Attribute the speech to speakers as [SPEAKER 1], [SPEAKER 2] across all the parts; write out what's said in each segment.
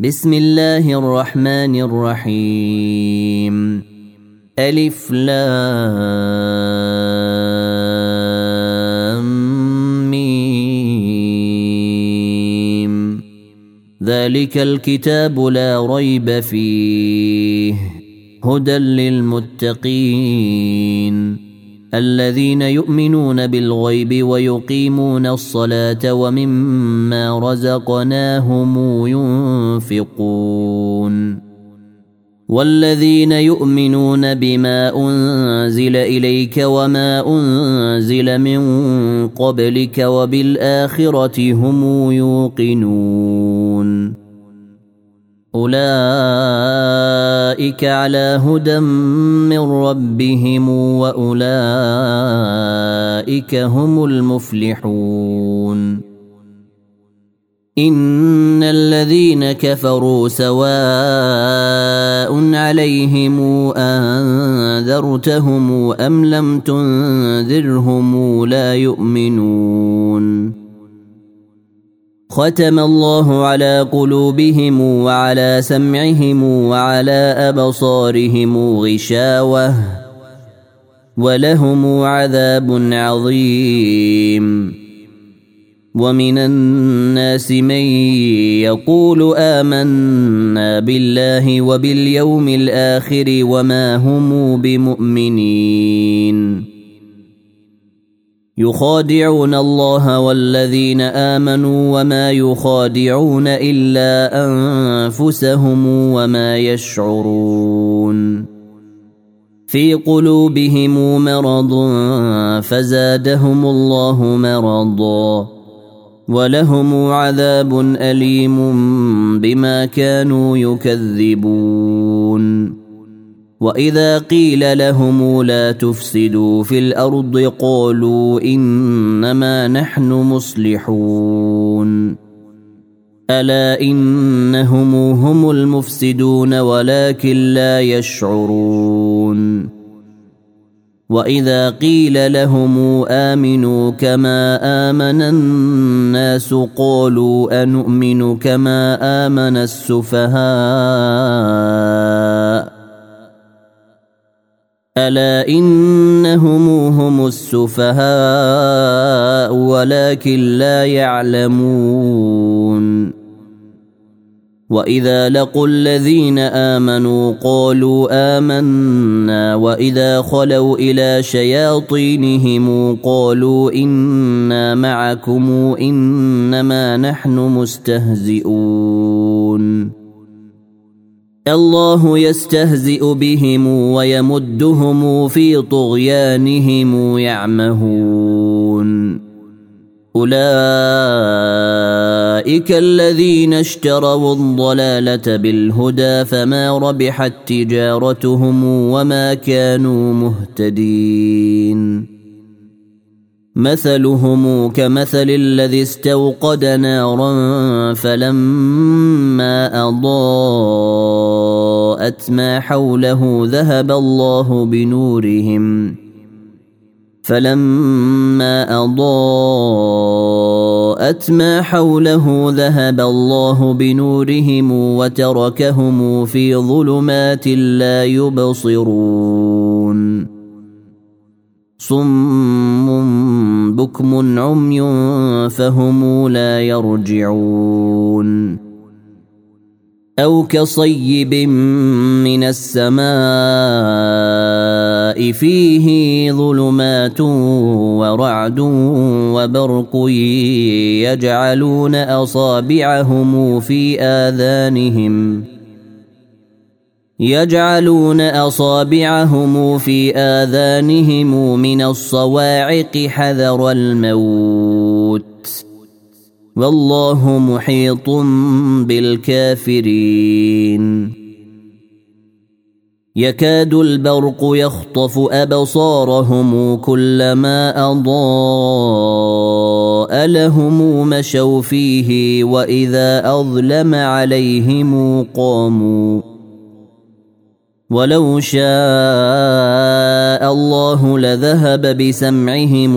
[SPEAKER 1] بسم الله الرحمن الرحيم. ألف لام ميم. ذلك الكتاب لا ريب فيه هدى للمتقين الذين يؤمنون بالغيب ويقيمون الصلاة ومما رزقناهم ينفقون والذين يؤمنون بما أنزل إليك وما أنزل من قبلك وبالآخرة هم يوقنون أولئك على هدى من ربهم وأولئك هم المفلحون. إن الذين كفروا سواء عليهم أنذرتهم أم لم تنذرهم لا يؤمنون. ختم الله على قلوبهم وعلى سمعهم وعلى أبصارهم غشاوة ولهم عذاب عظيم. ومن الناس من يقول آمنا بالله وباليوم الآخر وما هم بمؤمنين يخادعون الله والذين آمنوا وما يخادعون إلا أنفسهم وما يشعرون. في قلوبهم مرض فزادهم الله مرضا ولهم عذاب أليم بما كانوا يكذبون. وإذا قيل لهم لا تفسدوا في الأرض قالوا إنما نحن مصلحون ألا إنهم هم المفسدون ولكن لا يشعرون. وإذا قيل لهم آمنوا كما آمن الناس قالوا أنؤمن كما آمن السفهاء ألا إنهم هم السفهاء ولكن لا يعلمون. وإذا لقوا الذين آمنوا قالوا آمنا وإذا خلوا إلى شياطينهم قالوا إنا معكم إنما نحن مستهزئون. الله يستهزئ بهم ويمدهم في طغيانهم يعمهون. أولئك الذين اشتروا الضلالة بالهدى فما ربحت تجارتهم وما كانوا مهتدين. مثلهم كمثل الذي استوقد نارا فلما أضاءت ما حوله ذهب الله بنورهم وتركهم في ظلمات لا يبصرون. صم بكم عمي فهم لا يرجعون. أو كصيب من السماء فيه ظلمات ورعد وبرق يجعلون أصابعهم في آذانهم من الصواعق حذر الموت والله محيط بالكافرين. يكاد البرق يخطف أبصارهم كلما أضاء لهم مشوا فيه وإذا أظلم عليهم قاموا ولو شاء الله لذهب بسمعهم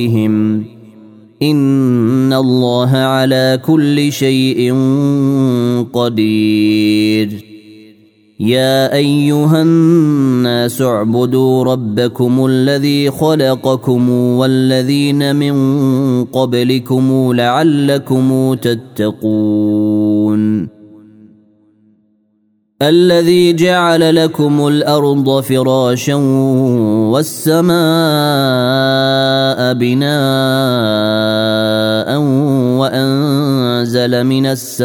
[SPEAKER 1] وأبصارهم إن الله على كل شيء قدير. يا أيها الناس اعبدوا ربكم الذي خلقكم والذين من قبلكم لعلكم تتقون. الذي جعل لكم الأرض فراشا والسماء بناء وأنزل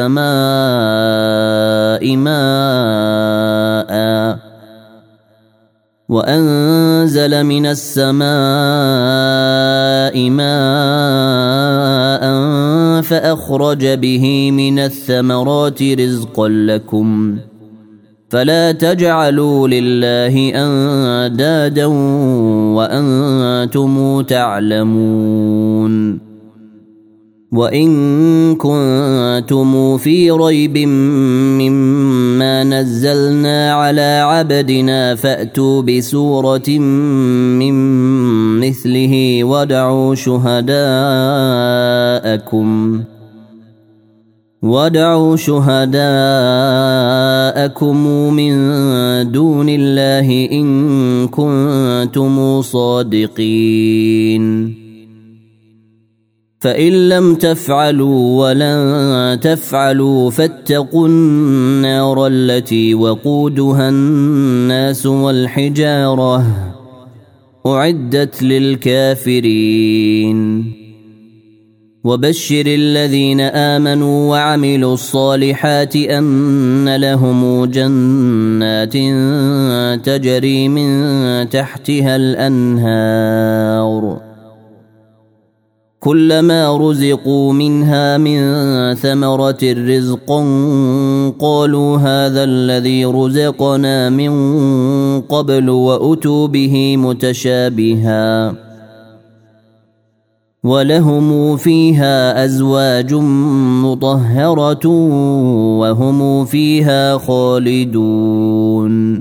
[SPEAKER 1] من السماء ماء فأخرج به من الثمرات رزقا لكم فلا تجعلوا لله أندادا وأنتم تعلمون. وإن كنتم في ريب مما نزلنا على عبدنا فأتوا بسورة من مثله وادعوا شهداءكم من دون الله إن كنتم صادقين. فإن لم تفعلوا ولن تفعلوا فاتقوا النار التي وقودها الناس والحجارة أعدت للكافرين. وبشر الذين آمنوا وعملوا الصالحات أن لهم جنات تجري من تحتها الأنهار كلما رزقوا منها من ثمرة رزقا قالوا هذا الذي رزقنا من قبل وأتوا به متشابها ولهم فيها أزواج مطهرة وهم فيها خالدون.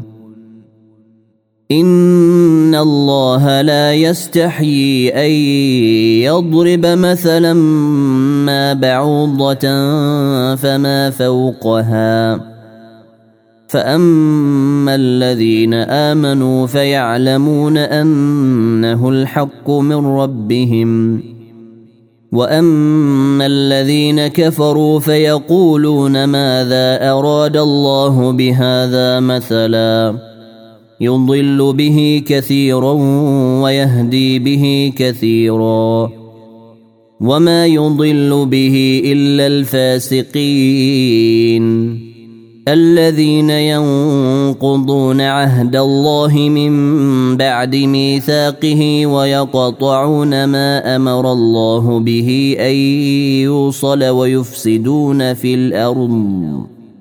[SPEAKER 1] إن الله لا يستحيي أن يضرب مثلا ما بعوضة فما فوقها فأما الذين آمنوا فيعلمون أنه الحق من ربهم وأما الذين كفروا فيقولون ماذا أراد الله بهذا مثلا يضل به كثيرا ويهدي به كثيرا وما يضل به إلا الفاسقين الذين ينقضون عهد الله من بعد ميثاقه ويقطعون ما أمر الله به أن يوصل ويفسدون في الأرض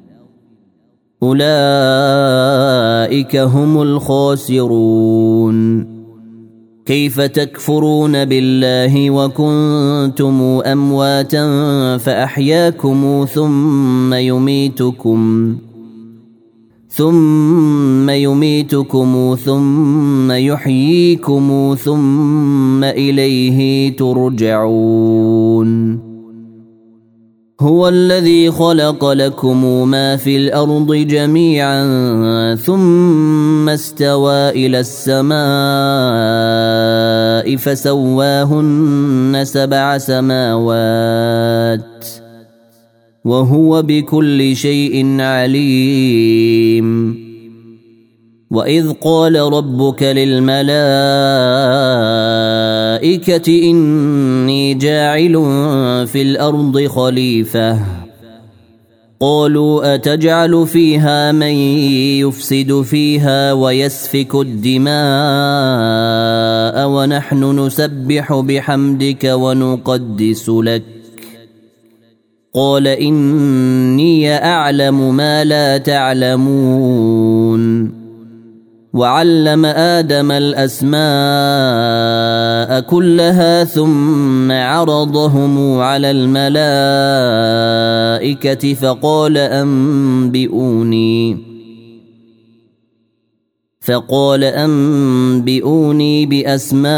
[SPEAKER 1] أولئك هم الخاسرون. كيف تكفرون بالله وكنتم أمواتا فأحياكم ثم يميتكم ثم يحييكم ثم إليه ترجعون. هو الذي خلق لكم ما في الأرض جميعا ثم استوى إلى السماء فسواهن 7 سماوات وهو بكل شيء عليم. وإذ قال ربك للملائكة إني جاعل في الأرض خليفة قالوا أتجعل فيها من يفسد فيها ويسفك الدماء ونحن نسبح بحمدك ونقدس لك قال إني أعلم ما لا تعلمون. وعلم آدم الأسماء كلها ثم عرضهم على الملائكة فقال أنبئوني بأسماء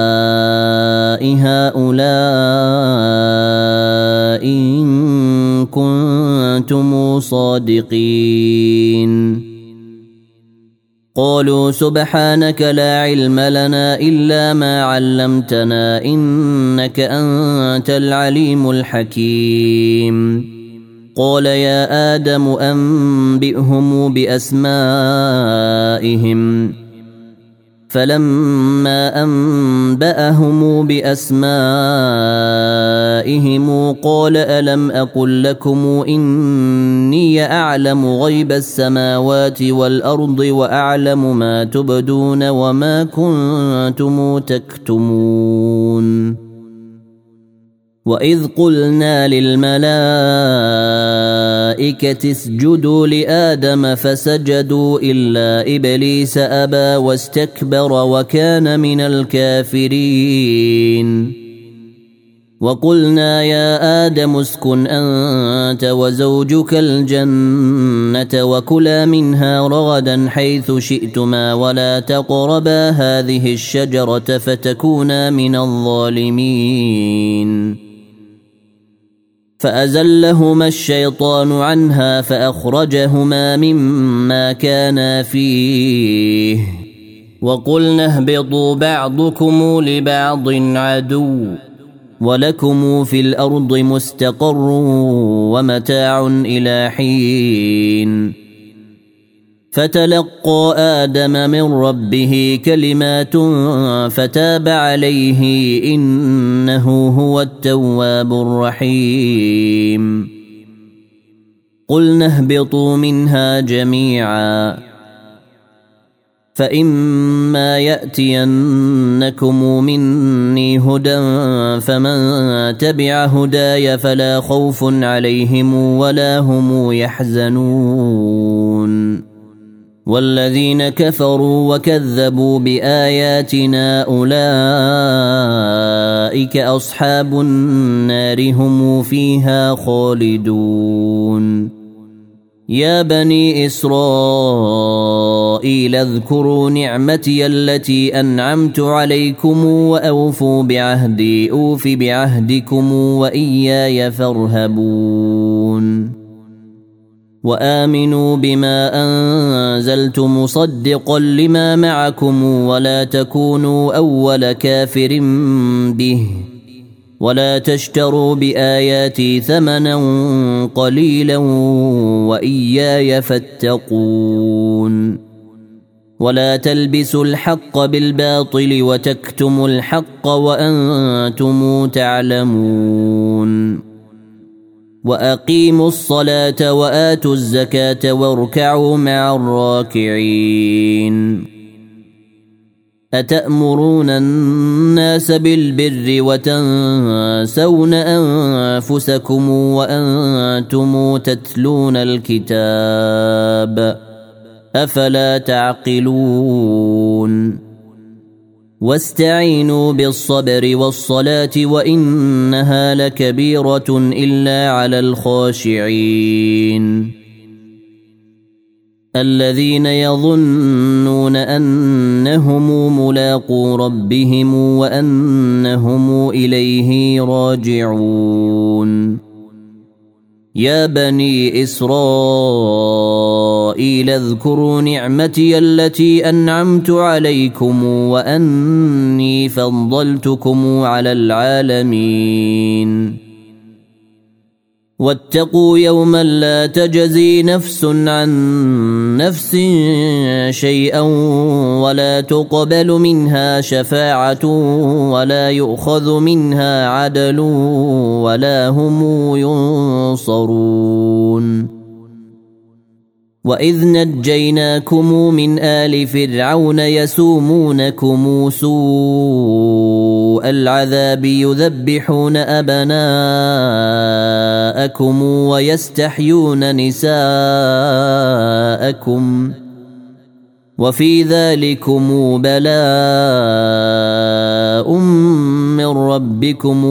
[SPEAKER 1] هؤلاء إن كنتم صادقين قالوا سبحانك لا علم لنا إلا ما علمتنا إنك أنت العليم الحكيم قال يا آدم أنبئهم بأسمائهم فلما أنبأهم بأسمائهم قال ألم أقل لكم إني أعلم غيب السماوات والأرض وأعلم ما تبدون وما كنتم تكتمون وإذ قلنا للملائكة اسجدوا لآدم فسجدوا إلا إبليس أبى واستكبر وكان من الكافرين وقلنا يا آدم اسكن أنت وزوجك الجنة وكلا منها رغدا حيث شئتما ولا تقربا هذه الشجرة فتكونا من الظالمين فأزلهما الشيطان عنها فأخرجهما مما كانا فيه وقلنا اهبطوا بعضكم لبعض عدو ولكم في الأرض مستقر ومتاع إلى حين فتلقى آدم من ربه كلمات فتاب عليه إنه هو التواب الرحيم قلنا اهبطوا منها جميعا فإما يأتينكم مني هدى فمن تبع هداي فلا خوف عليهم ولا هم يحزنون والذين كفروا وكذبوا بآياتنا أولئك أصحاب النار هم فيها خالدون يا بني إسرائيل اذكروا نعمتي التي أنعمت عليكم وأوفوا بعهدي أوف بعهدكم وإياي فارهبون وآمنوا بما أنزلت مصدقا لما معكم ولا تكونوا أول كافر به ولا تشتروا بآياتي ثمنا قليلا وإياي فاتقون ولا تلبسوا الحق بالباطل وتكتموا الحق وأنتم تعلمون وأقيموا الصلاة وآتوا الزكاة واركعوا مع الراكعين أتأمرون الناس بالبر وتنسون أنفسكم وأنتم تتلون الكتاب أفلا تعقلون واستعينوا بالصبر والصلاة وإنها لكبيرة إلا على الخاشعين الذين يظنون أنهم ملاقو ربهم وأنهم إليه راجعون يا بني إسرائيل اذكروا نعمتي التي أنعمت عليكم وأني فضلتكم على العالمين واتقوا يوما لا تجزي نفس عن نفس شيئا ولا تقبل منها شفاعة ولا يؤخذ منها عدل ولا هم ينصرون وإذ نجيناكم من آل فرعون يسومونكم سوء العذاب يذبحون أبناءكم ويستحيون نساءكم وفي ذلكم بلاء من ربكم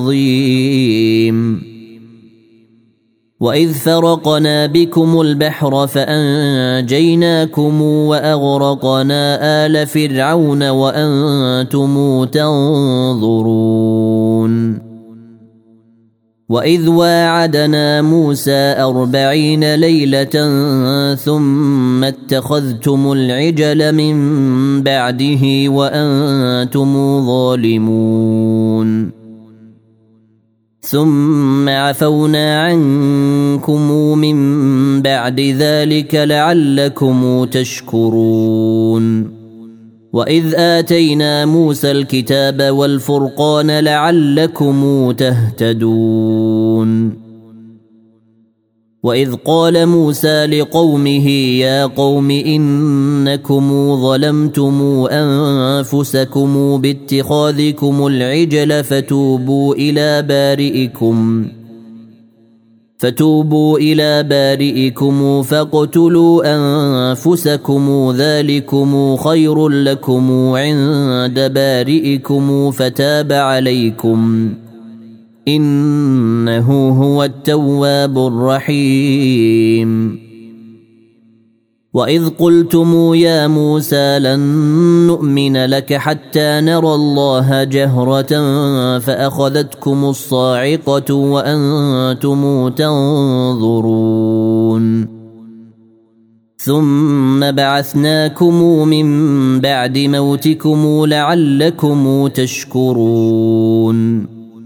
[SPEAKER 1] عظيم وإذ فرقنا بكم البحر فأنجيناكم وأغرقنا آل فرعون وأنتم تنظرون وإذ واعدنا موسى 40 ليلة ثم اتخذتم العجل من بعده وأنتم ظالمون ثم عفونا عنكم من بعد ذلك لعلكم تشكرون وإذ آتينا موسى الكتاب والفرقان لعلكم تهتدون وإذ قال موسى لقومه يا قوم إنكم ظلمتم أنفسكم باتخاذكم العجل فتوبوا إلى بارئكم فاقتلوا أنفسكم ذلكم خير لكم عند بارئكم فتاب عليكم إنه هو التواب الرحيم وإذ قلتم يا موسى لن نؤمن لك حتى نرى الله جهرة فأخذتكم الصاعقة وأنتم تنظرون ثم بعثناكم من بعد موتكم لعلكم تشكرون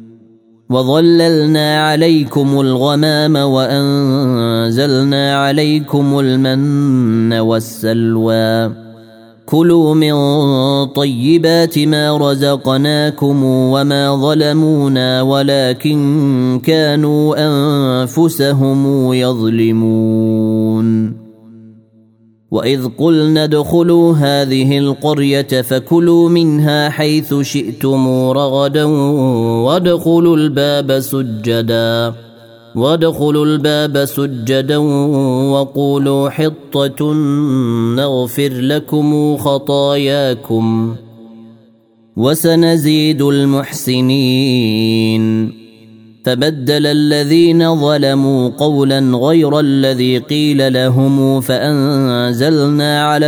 [SPEAKER 1] وظللنا عليكم الغمام وأنزلنا عليكم المن والسلوى كلوا من طيبات ما رزقناكم وما ظلمونا ولكن كانوا أنفسهم يظلمون وإذ قلنا ادخلوا هذه القرية فكلوا منها حيث شئتم رغدا وادخلوا الباب سجدا وقولوا حطة نغفر لكم خطاياكم وسنزيد المحسنين فبدل الذين ظلموا قولا غير الذي قيل لهم فأنزلنا على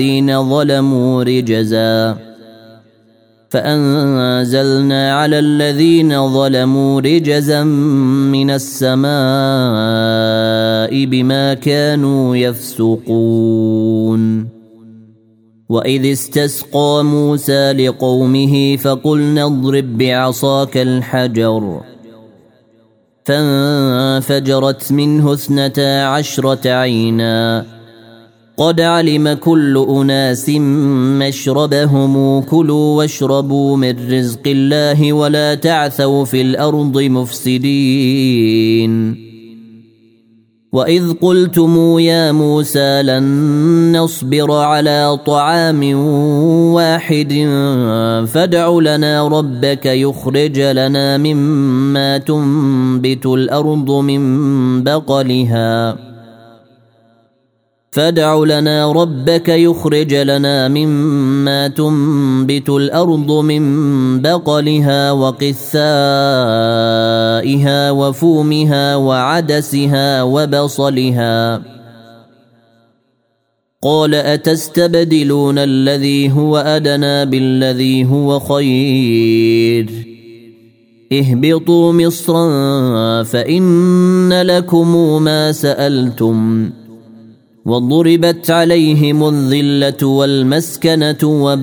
[SPEAKER 1] الذين ظلموا رجزا من السماء بما كانوا يفسقون وإذ استسقى موسى لقومه فقلنا اضرب بعصاك الحجر فانفجرت منه 12 عينا قد علم كل أناس مشربهم كلوا واشربوا من رزق الله ولا تعثوا في الأرض مفسدين وإذ قلتم يا موسى لن نصبر على طعام واحد فادع لنا ربك يخرج لنا مما تنبت الأرض من بقلها وقثائها وفومها وعدسها وبصلها قال أتستبدلون الذي هو أدنى بالذي هو خير اهبطوا مصرا فإن لكم ما سألتم وضربت عليهم الذلة والمسكنة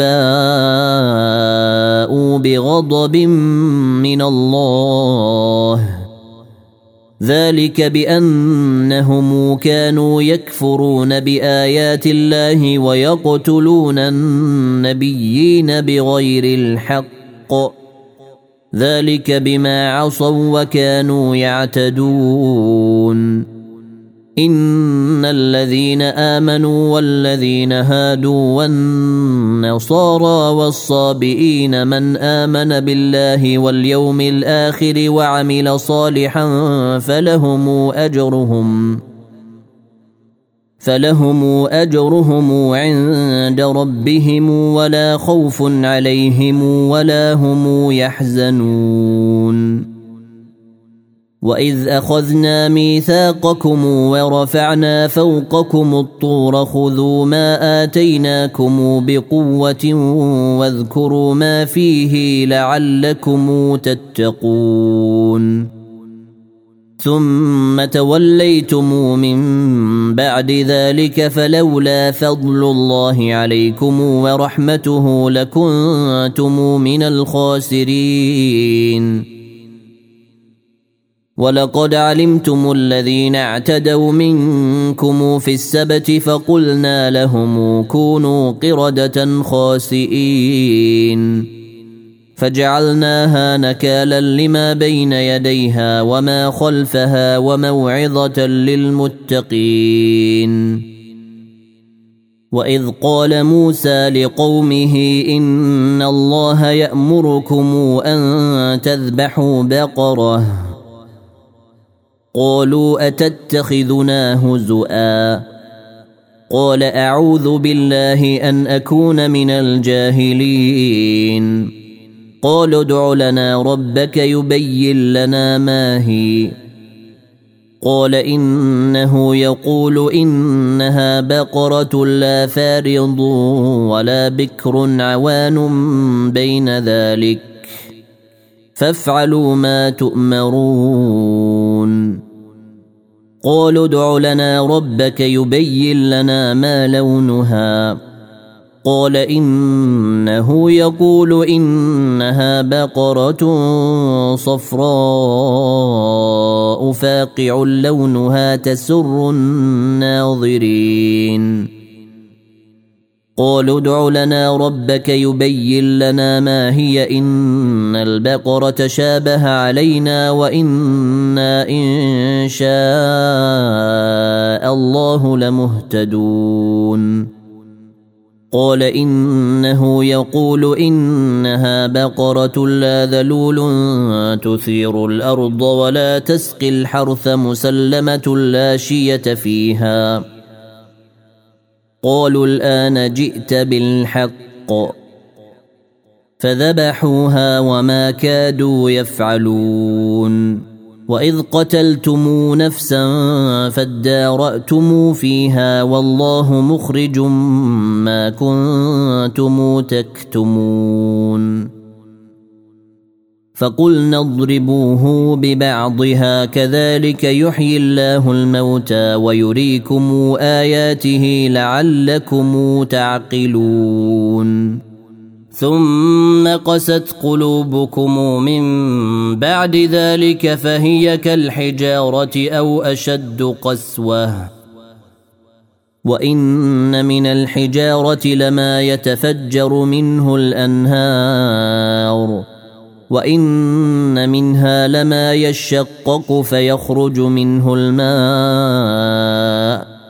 [SPEAKER 1] وباءوا بغضب من الله ذلك بأنهم كانوا يكفرون بآيات الله ويقتلون النبيين بغير الحق ذلك بما عصوا وكانوا يعتدون إن الذين آمنوا والذين هادوا والنصارى والصابئين من آمن بالله واليوم الآخر وعمل صالحا فلهم أجرهم عند ربهم ولا خوف عليهم ولا هم يحزنون وإذ أخذنا ميثاقكم ورفعنا فوقكم الطور خذوا ما آتيناكم بقوة واذكروا ما فيه لعلكم تتقون ثم توليتم من بعد ذلك فلولا فضل الله عليكم ورحمته لكنتم من الخاسرين ولقد علمتم الذين اعتدوا منكم في السبت فقلنا لهم كونوا قردة خاسئين فجعلناها نكالا لما بين يديها وما خلفها وموعظة للمتقين وإذ قال موسى لقومه إن الله يأمركم أن تذبحوا بقرة قالوا أتتخذنا هزؤا قال أعوذ بالله أن أكون من الجاهلين قالوا ادع لنا ربك يبين لنا ما هي قال إنه يقول إنها بقرة لا فارض ولا بكر عوان بين ذلك فافعلوا ما تؤمرون قالوا ادع لنا ربك يبين لنا ما لونها قال إنه يقول إنها بقرة صفراء فاقع لونها تسر الناظرين قالوا ادع لنا ربك يبين لنا ما هي إن البقرة شابه علينا وإنا إن شاء الله لمهتدون قال إنه يقول إنها بقرة لا ذلول تثير الأرض ولا تسقي الحرث مسلمة لا شية فيها قالوا الآن جئت بالحق فذبحوها وما كادوا يفعلون وإذ قتلتم نفسا فادارأتم فيها والله مخرج ما كنتم تكتمون فقلنا اضربوه ببعضها كذلك يحيي الله الموتى ويريكم آياته لعلكم تعقلون ثم قست قلوبكم من بعد ذلك فهي كالحجارة أو أشد قسوة وإن من الحجارة لما يتفجر منه الأنهار وإن منها لما يشقق فيخرج منه الماء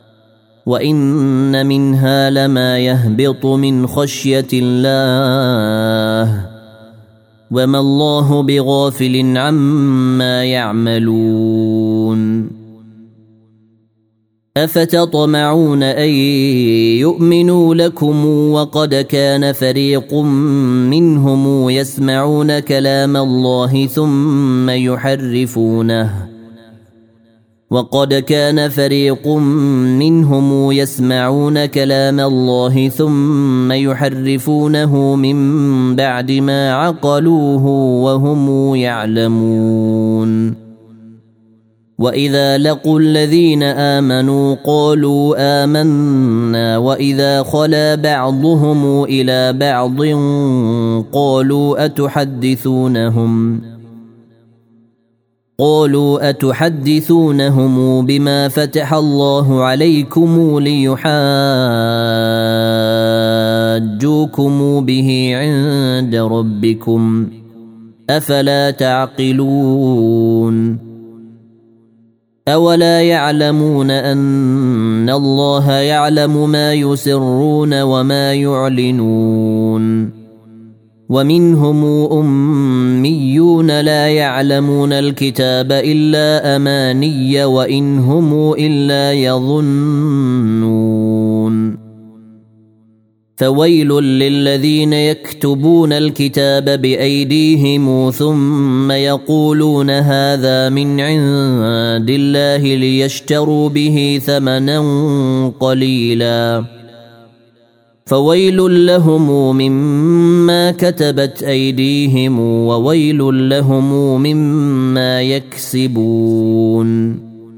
[SPEAKER 1] وإن منها لما يهبط من خشية الله وما الله بغافل عما يعملون أفتطمعون أن يؤمنوا لكم وقد كان فريق منهم يسمعون كلام الله ثم يحرفونه وقد كان فريق منهم يسمعون كلام الله ثم يحرفونه من بعد ما عقلوه وهم يعلمون وإذا لقوا الذين آمنوا قالوا آمنا وإذا خلا بعضهم إلى بعض قالوا أتحدثونهم بما فتح الله عليكم ليحاجوكم به عند ربكم أفلا تعقلون أولا يعلمون أن الله يعلم ما يسرون وما يعلنون ومنهم أميون لا يعلمون الكتاب إلا أماني وإن هم إلا يظنون فويل للذين يكتبون الكتاب بأيديهم ثم يقولون هذا من عند الله ليشتروا به ثمنا قليلا فويل لهم مما كتبت أيديهم وويل لهم مما يكسبون.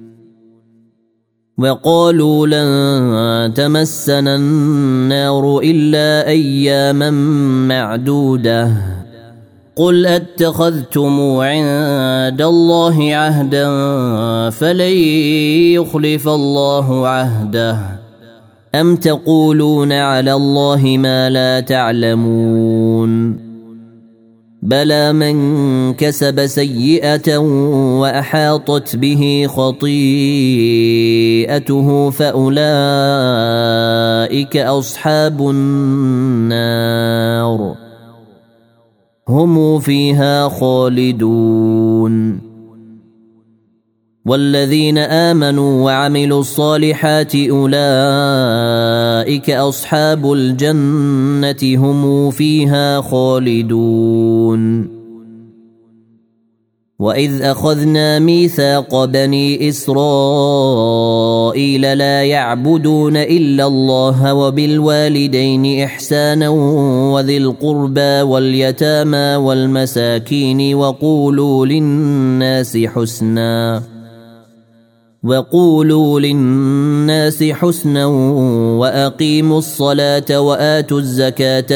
[SPEAKER 1] وقالوا لن تمسنا النار إلا أياما معدودة قل أتخذتم عند الله عهدا فلن يخلف الله عهده أم تقولون على الله ما لا تعلمون. بلى من كسب سيئة وأحاطت به خطيئته فأولئك أصحاب النار هم فيها خالدون. والذين آمنوا وعملوا الصالحات أولئك أصحاب الجنة هم فيها خالدون. وإذ أخذنا ميثاق بني إسرائيل لا يعبدون إلا الله وبالوالدين إحسانا وذي القربى واليتامى والمساكين وقولوا للناس حسنا وأقيموا الصلاة وآتوا الزكاة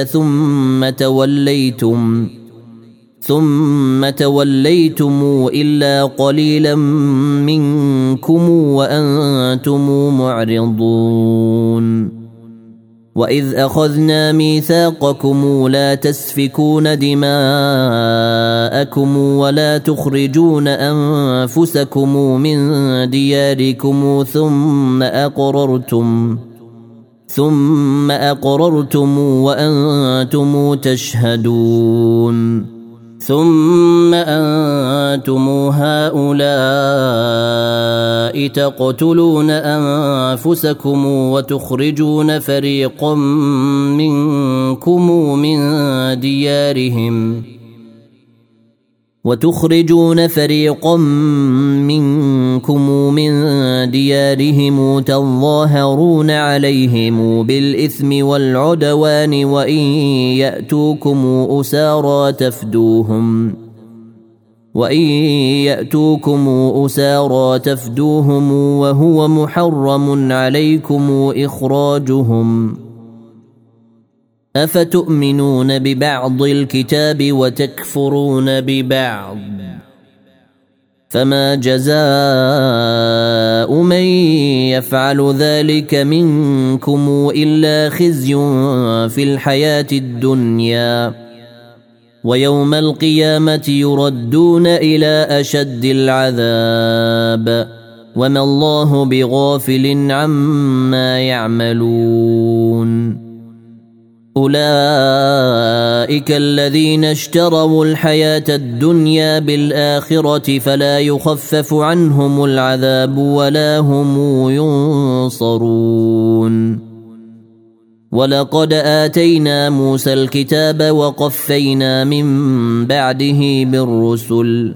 [SPEAKER 1] ثم توليتم إلا قليلا منكم وأنتم معرضون. وإذ أخذنا ميثاقكم لا تسفكون دماءكم ولا تخرجون أنفسكم من دياركم ثم أقررتم وأنتم تشهدون. ثم أنتم هؤلاء تقتلون أنفسكم وتخرجون فريقا منكم من ديارهم تظاهرون عليهم بالإثم والعدوان وإن يأتوكم أسارى تفدوهم وهو محرم عليكم إخراجهم أفتؤمنون ببعض الكتاب وتكفرون ببعض فما جزاء من يفعل ذلك منكم إلا خزي في الحياة الدنيا ويوم القيامة يردون إلى أشد العذاب وما الله بغافل عما يعملون. أولئك الذين اشتروا الحياة الدنيا بالآخرة فلا يخفف عنهم العذاب ولا هم ينصرون. ولقد آتينا موسى الكتاب وقفينا من بعده بالرسل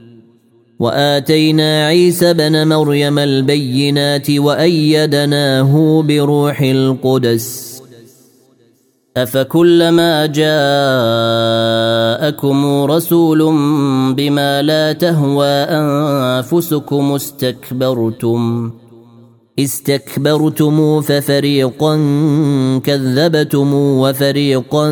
[SPEAKER 1] وآتينا عيسى بن مريم البينات وأيدناه بروح القدس أفكلما جاءكم رسول بما لا تهوى أنفسكم استكبرتم ففريقا كذبتم وفريقا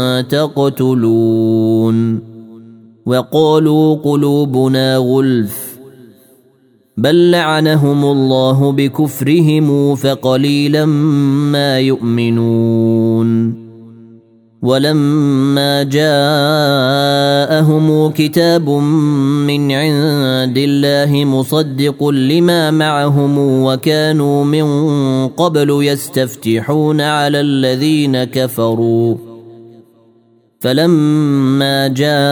[SPEAKER 1] تقتلون. وقالوا قلوبنا غلف بل لعنهم الله بكفرهم فقليلا ما يؤمنون. ولما جاءهم كتاب من عند الله مصدق لما معهم وكانوا من قبل يستفتحون على الذين كفروا فلما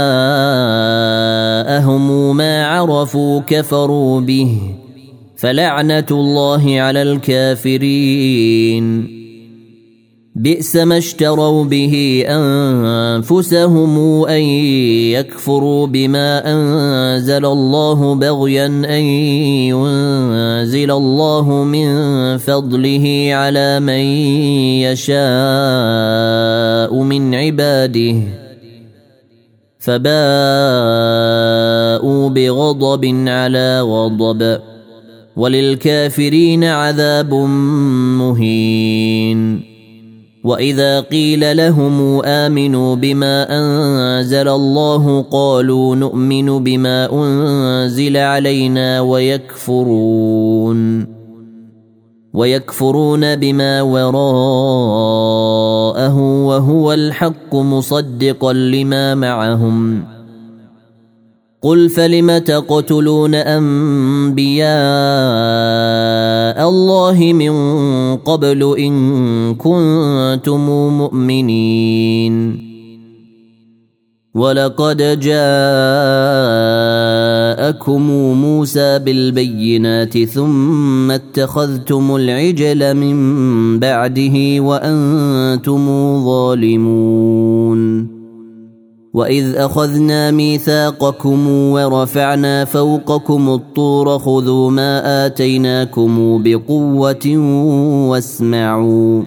[SPEAKER 1] جاءهم ما عرفوا كفروا به فلعنة الله على الكافرين. بئس ما اشتروا به أنفسهم أن يكفروا بما أنزل الله بغيا أن ينزل الله من فضله على من يشاء من عباده فباءوا بغضب على غضب وللكافرين عذاب مهين. وإذا قيل لهم آمنوا بما أنزل الله قالوا نؤمن بما أنزل علينا ويكفرون بما وراءه وهو الحق مصدقا لما معهم. قل فلم تقتلون أنبياء الله من قبل إن كنتم مؤمنين. ولقد جاءكم موسى بالبينات ثم اتخذتم العجل من بعده وأنتم ظالمون. وإذ أخذنا ميثاقكم ورفعنا فوقكم الطور خذوا ما آتيناكم بقوة واسمعوا.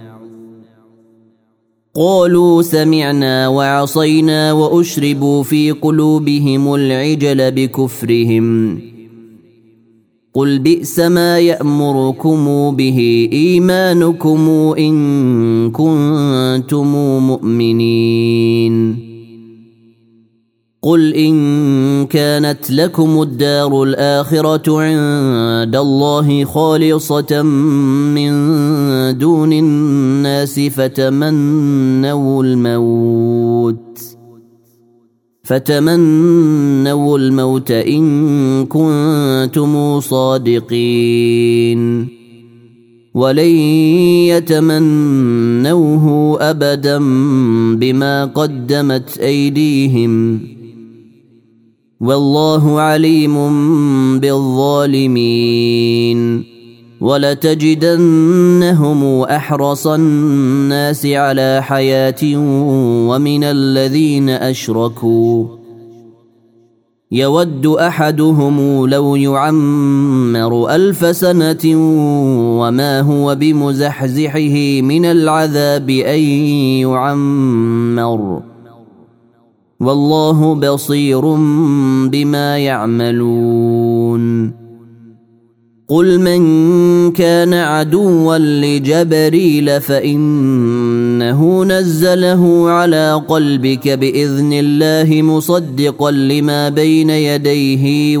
[SPEAKER 1] قالوا سمعنا وعصينا وأشربوا في قلوبهم العجل بكفرهم. قل بئس ما يأمركم به إيمانكم إن كنتم مؤمنين. قل إن كانت لكم الدار الآخرة عند الله خالصة من دون الناس فتمنوا الموت إن كنتم صادقين. ولن يتمنوه أبدا بما قدمت أيديهم والله عليم بالظالمين. ولتجدنهم أحرص الناس على حياة ومن الذين أشركوا يود أحدهم لو يعمر 1000 سنة وما هو بمزحزحه من العذاب أن يعمر والله بصير بما يعملون. قل من كان عدوا لجبريل فإنه نزله على قلبك بإذن الله مصدقا لما بين يديه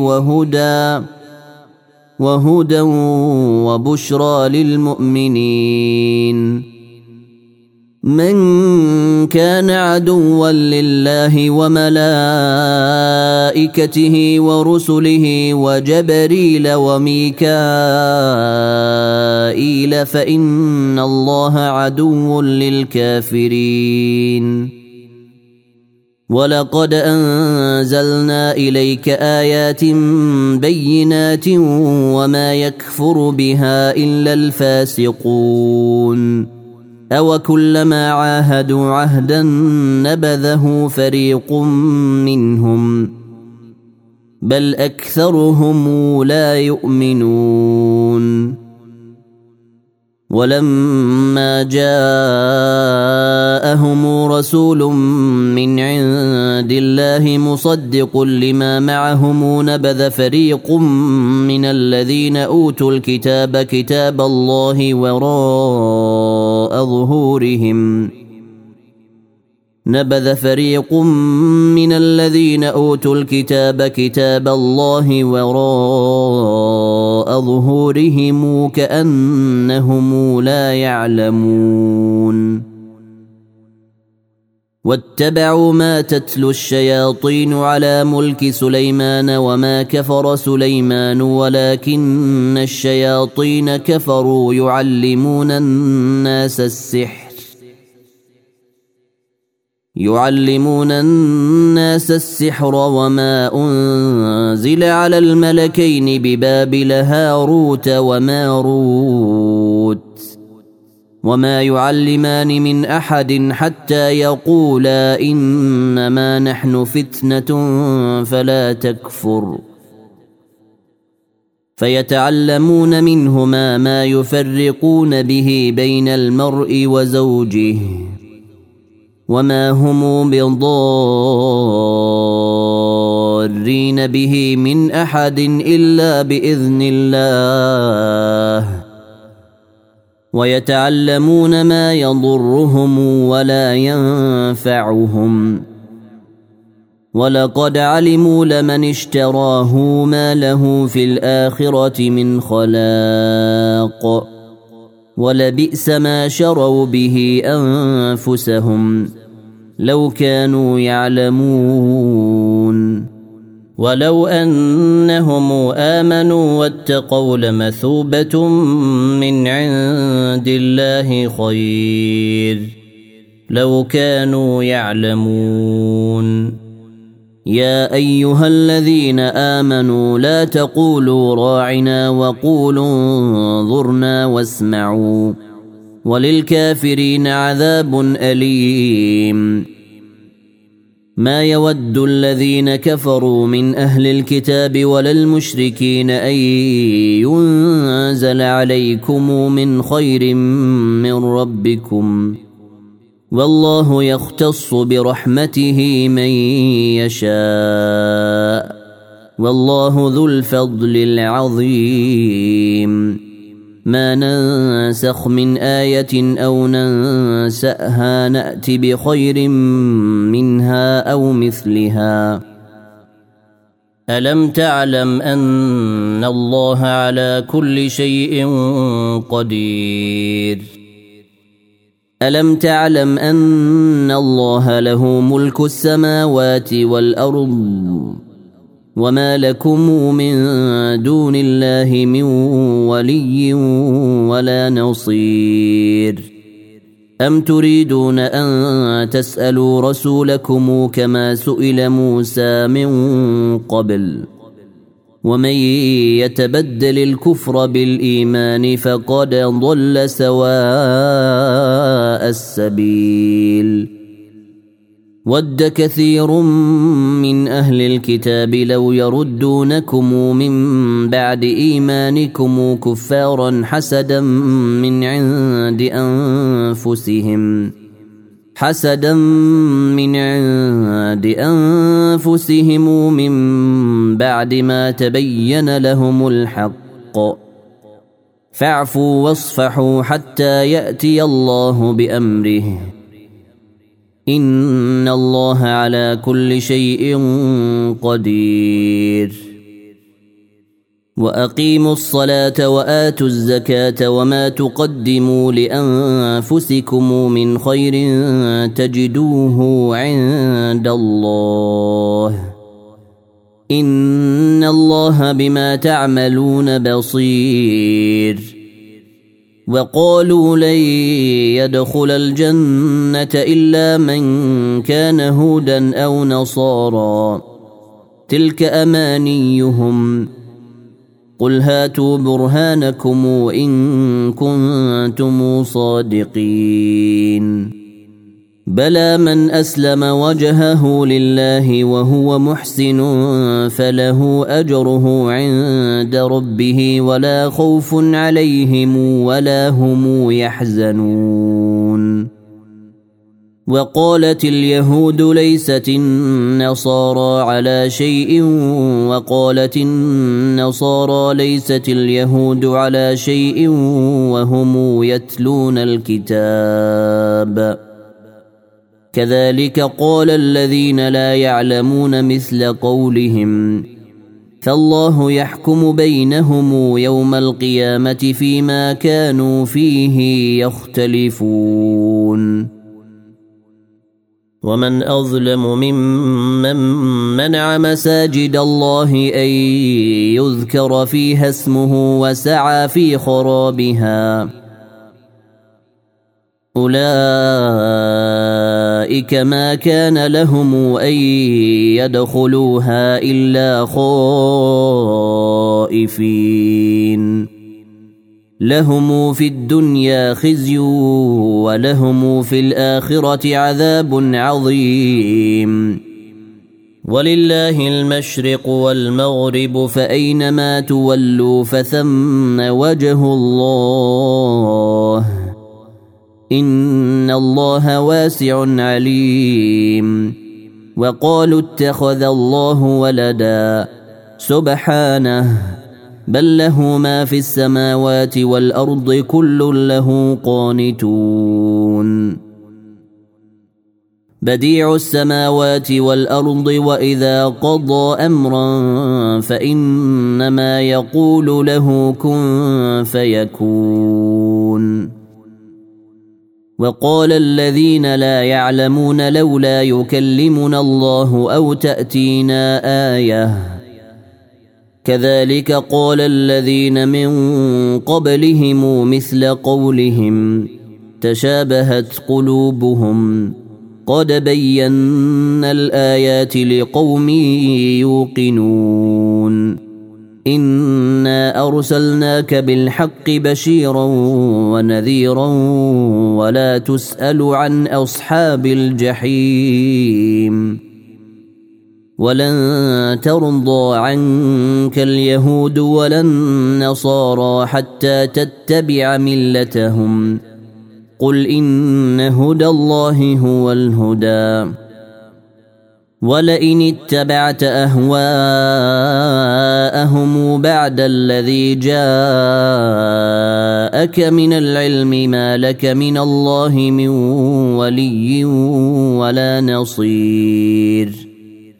[SPEAKER 1] وهدى وبشرى للمؤمنين. من كان عدوا لله وملائكته ورسله وجبريل وميكائيل فإن الله عدو للكافرين. ولقد أنزلنا إليك آيات بينات وما يكفر بها إلا الفاسقون. أوكلما عاهدوا عهدا نبذه فريق منهم بل أكثرهم لا يؤمنون. ولما جاءهم رسول من عند الله مصدق لما معهم نبذ فريق من الذين أوتوا الكتاب كتاب الله وراء ظهورهم نبذ فريق من الذين أوتوا الكتاب كتاب الله وراء ظهورهم كأنهم لا يعلمون. واتبعوا ما تتلو الشياطين على ملك سليمان وما كفر سليمان ولكن الشياطين كفروا يعلمون الناس السحر وما أنزل على الملكين ببابل هاروت وماروت وما يعلمان من أحد حتى يقولا إنما نحن فتنة فلا تكفر فيتعلمون منهما ما يفرقون به بين المرء وزوجه وما هم بضارين به من أحد إلا بإذن الله ويتعلمون ما يضرهم ولا ينفعهم ولقد علموا لمن اشتراه ما له في الآخرة من خلاق ولبئس ما شروا به أنفسهم لو كانوا يعلمون ولو أنهم آمنوا واتقوا لمثوبة من عند الله خير لو كانوا يعلمون يا أيها الذين آمنوا لا تقولوا راعنا وقولوا انظرنا واسمعوا وللكافرين عذاب أليم ما يود الذين كفروا من أهل الكتاب ولا المشركين أن ينزل عليكم من خير من ربكم والله يختص برحمته من يشاء والله ذو الفضل العظيم ما ننسخ من آية أو ننسأها نأت بخير منها أو مثلها ألم تعلم أن الله على كل شيء قدير ألم تعلم أن الله له ملك السماوات والأرض وما لكم من دون الله من ولي ولا نصير أم تريدون أن تسألوا رسولكم كما سئل موسى من قبل ومن يتبدل الكفر بالإيمان فقد ضل سواء السبيل ود كثير من أهل الكتاب لو يردونكم من بعد إيمانكم كفارا حسدا من عند أنفسهم من بعد ما تبين لهم الحق فاعفوا واصفحوا حتى يأتي الله بأمره إن الله على كل شيء قدير وأقيموا الصلاة وآتوا الزكاة وما تقدموا لأنفسكم من خير تجدوه عند الله إن الله بما تعملون بصير وقالوا لن يدخل الجنة إلا من كان هودا أو نصارى تلك أمانيهم قل هاتوا برهانكم إن كنتم صادقين بلى من أسلم وجهه لله وهو محسن فله أجره عند ربه ولا خوف عليهم ولا هم يحزنون وقالت اليهود ليست النصارى على شيء وقالت النصارى ليست اليهود على شيء وهم يتلون الكتاب كذلك قال الذين لا يعلمون مثل قولهم فالله يحكم بينهم يوم القيامة فيما كانوا فيه يختلفون ومن أظلم ممن منع مساجد الله أن يذكر فيها اسمه وسعى في خرابها أولئك ما كان لهم أن يدخلوها إلا خائفين لهم في الدنيا خزي ولهم في الآخرة عذاب عظيم ولله المشرق والمغرب فأينما تولوا فثم وجه الله إن الله واسع عليم وقالوا اتخذ الله ولدا سبحانه بل له ما في السماوات والأرض كل له قانتون بديع السماوات والأرض وإذا قضى أمرا فإنما يقول له كن فيكون وقال الذين لا يعلمون لولا يكلمنا الله أو تأتينا آية كذلك قال الذين من قبلهم مثل قولهم تشابهت قلوبهم قد بينا الآيات لقوم يوقنون إنا أرسلناك بالحق بشيرا ونذيرا ولا تسأل عن أصحاب الجحيم ولن ترضى عنك اليهود ولا النصارى حتى تتبع ملتهم قل إن هدى الله هو الهدى ولئن اتبعت أهواءهم بعد الذي جاءك من العلم ما لك من الله من ولي ولا نصير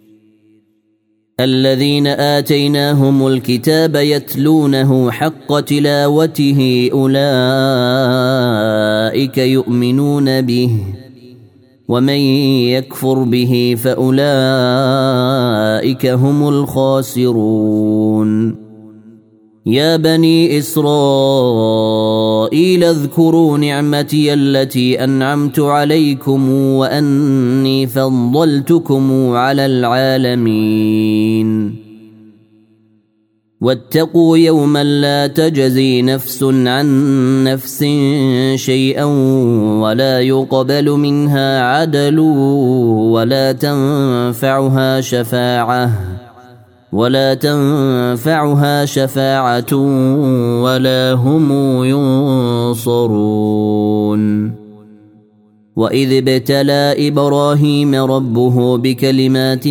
[SPEAKER 1] الذين آتيناهم الكتاب يتلونه حق تلاوته أولئك يؤمنون به ومن يكفر به فأولئك هم الخاسرون يا بني إسرائيل اذكروا نعمتي التي أنعمت عليكم وأني فضلتكم على العالمين واتقوا يوما لا تجزي نفس عن نفس شيئا ولا يقبل منها عدل ولا تنفعها شفاعة ولا هم ينصرون وإذ ابتلى إبراهيم ربه بكلمات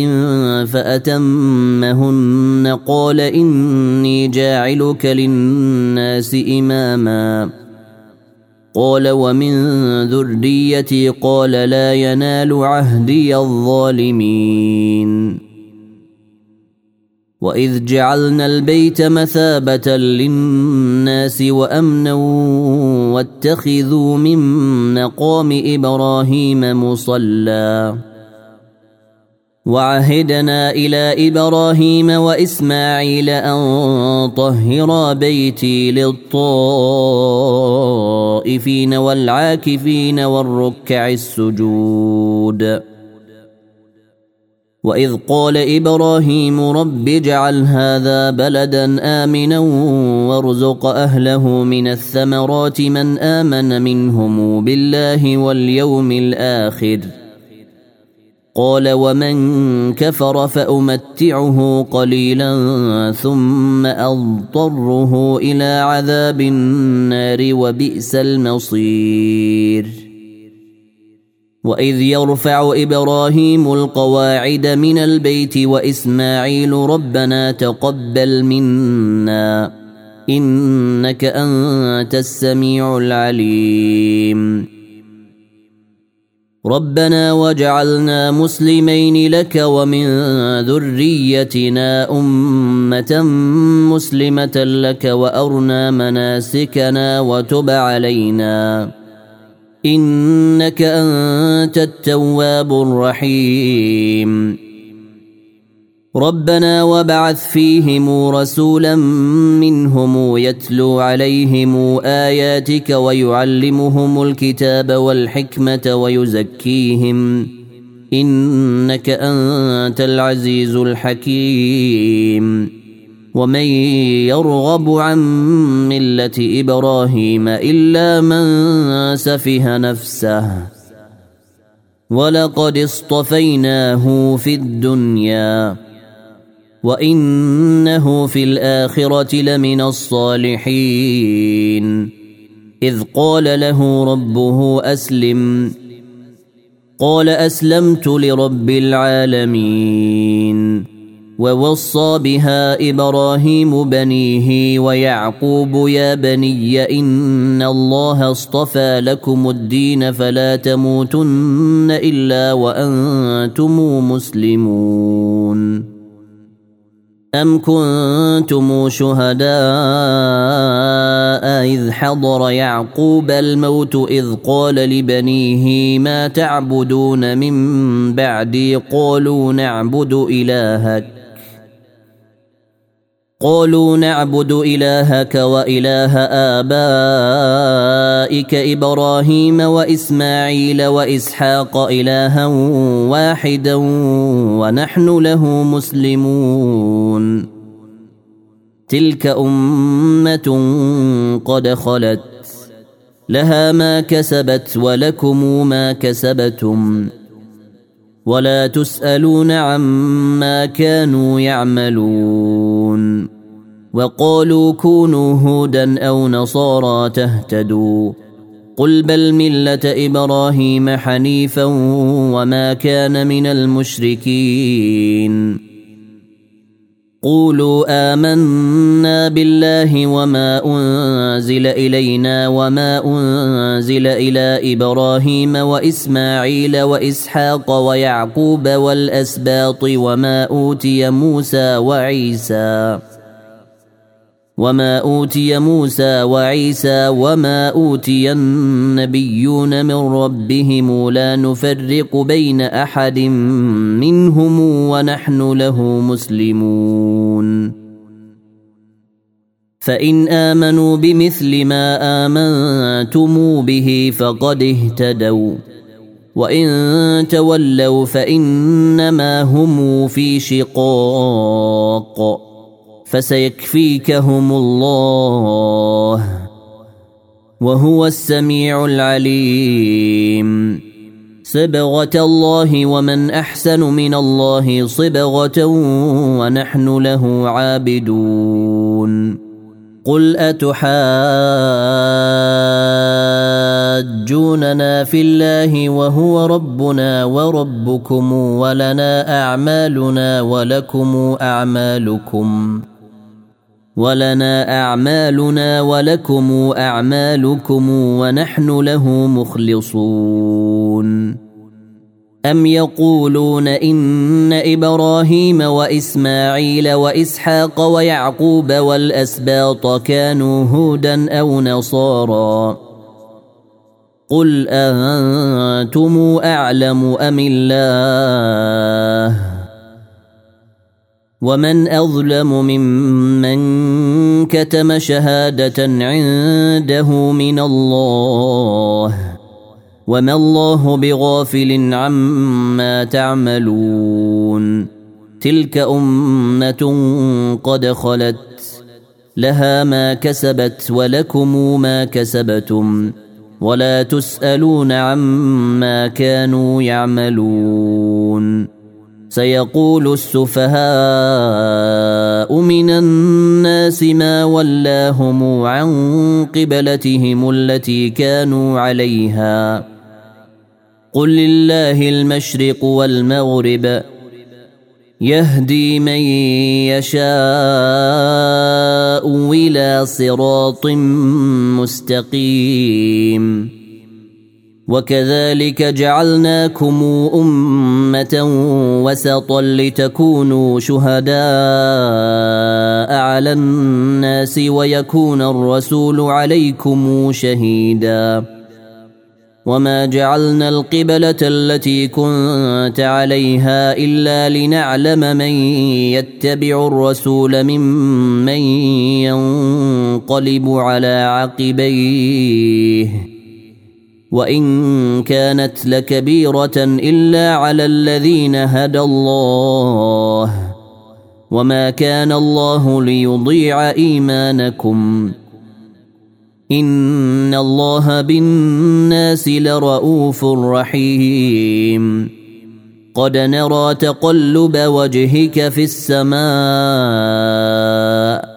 [SPEAKER 1] فأتمهن قال إني جاعلك للناس إماما قال ومن ذريتي قال لا ينال عهدي الظالمين وإذ جعلنا البيت مثابة للناس وأمنا واتخذوا من مقام إبراهيم مصلى وعهدنا إلى إبراهيم وإسماعيل أن طهرا بيتي للطائفين والعاكفين والركع السجود وإذ قال إبراهيم رب اجعل هذا بلدا آمنا وارزق أهله من الثمرات من آمن منهم بالله واليوم الآخر قال ومن كفر فأمتعه قليلا ثم أضطره إلى عذاب النار وبئس المصير وإذ يرفع إبراهيم القواعد من البيت وإسماعيل ربنا تقبل منا إنك أنت السميع العليم ربنا وجعلنا مسلمين لك ومن ذريتنا أمة مسلمة لك وأرنا مناسكنا وتب علينا إنك أنت التواب الرحيم ربنا وابعث فيهم رسولا منهم يتلو عليهم آياتك ويعلمهم الكتاب والحكمة ويزكيهم إنك أنت العزيز الحكيم ومن يرغب عن ملة إبراهيم إلا من سفه نفسه ولقد اصطفيناه في الدنيا وإنه في الآخرة لمن الصالحين إذ قال له ربه أسلم قال أسلمت لرب العالمين ووصى بها إبراهيم بنيه ويعقوب يا بني إن الله اصطفى لكم الدين فلا تموتن إلا وأنتم مسلمون أم كنتم شهداء إذ حضر يعقوب الموت إذ قال لبنيه ما تعبدون من بعدي قالوا نعبد إلهك وإله آبائك إبراهيم وإسماعيل وإسحاق إلها واحدا ونحن له مسلمون تلك أمة قد خلت لها ما كسبت ولكم ما كسبتم ولا تسألون عما كانوا يعملون وقالوا كونوا هودا أو نصارى تهتدوا قل بل ملة إبراهيم حنيفا وما كان من المشركين قولوا آمنا بالله وما أنزل إلينا وما أنزل إلى إبراهيم وإسماعيل وإسحاق ويعقوب والأسباط وما أوتي موسى وعيسى وما أوتي النبيون من ربهم لا نفرق بين أحد منهم ونحن له مسلمون فإن آمنوا بمثل ما آمنتم به فقد اهتدوا وإن تولوا فإنما هم في شقاق فسيكفيكهم الله وهو السميع العليم صبغة الله ومن أحسن من الله صبغة ونحن له عابدون قل أتحاجوننا في الله وهو ربنا وربكم ولنا أعمالنا ولكم أعمالكم ونحن له مخلصون أم يقولون إن إبراهيم وإسماعيل وإسحاق ويعقوب والأسباط كانوا هودا أو نصارى قل أنتم أعلم أم الله ومن أظلم ممن كتم شهادة عنده من الله وما الله بغافل عما تعملون تلك أمة قد خلت لها ما كسبت ولكم ما كسبتم ولا تسألون عما كانوا يعملون سيقول السفهاء من الناس ما ولاهم عن قبلتهم التي كانوا عليها قل لله المشرق والمغرب يهدي من يشاء إلى صراط مستقيم وكذلك جعلناكم أمة وسطا لتكونوا شهداء على الناس ويكون الرسول عليكم شهيدا وما جعلنا القبلة التي كنت عليها إلا لنعلم من يتبع الرسول ممن ينقلب على عقبيه وإن كانت لكبيرة إلا على الذين هدى الله وما كان الله ليضيع إيمانكم إن الله بالناس لرؤوف رحيم قد نرى تقلب وجهك في السماء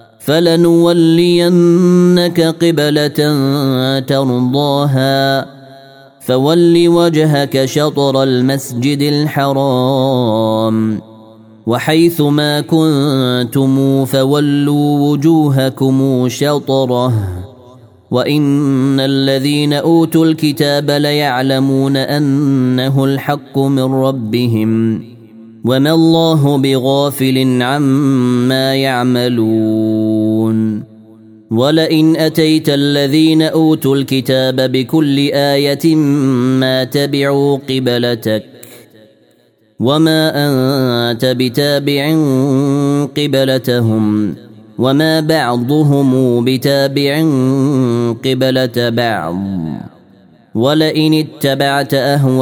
[SPEAKER 1] فلنولينك قبلة ترضاها فول وجهك شطر المسجد الحرام وحيث ما كنتم فولوا وجوهكم شطره وإن الذين أوتوا الكتاب ليعلمون أنه الحق من ربهم وما الله بغافل عما يعملون ولئن أتيت الذين أوتوا الكتاب بكل آية ما تبعوا قبلتك وما أنت بتابع قبلتهم وما بعضهم بتابع قبلة بعض ولئن اتبعت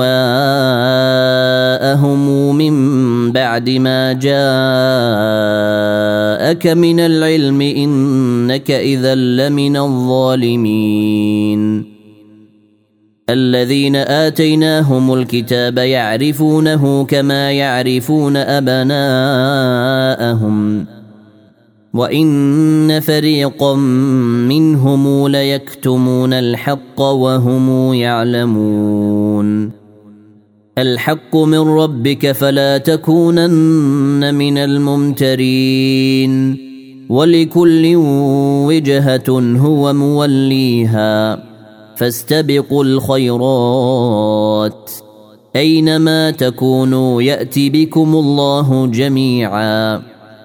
[SPEAKER 1] أهواءهم من بعد ما جاءك من العلم إنك إذا لمن الظالمين الذين آتيناهم الكتاب يعرفونه كما يعرفون أبناءهم وإن فريقا منهم ليكتمون الحق وهم يعلمون الحق من ربك فلا تكونن من الممترين ولكل وجهة هو موليها فاستبقوا الخيرات أينما تكونوا يأتي بكم الله جميعا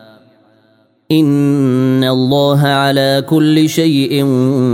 [SPEAKER 1] إن الله على كل شيء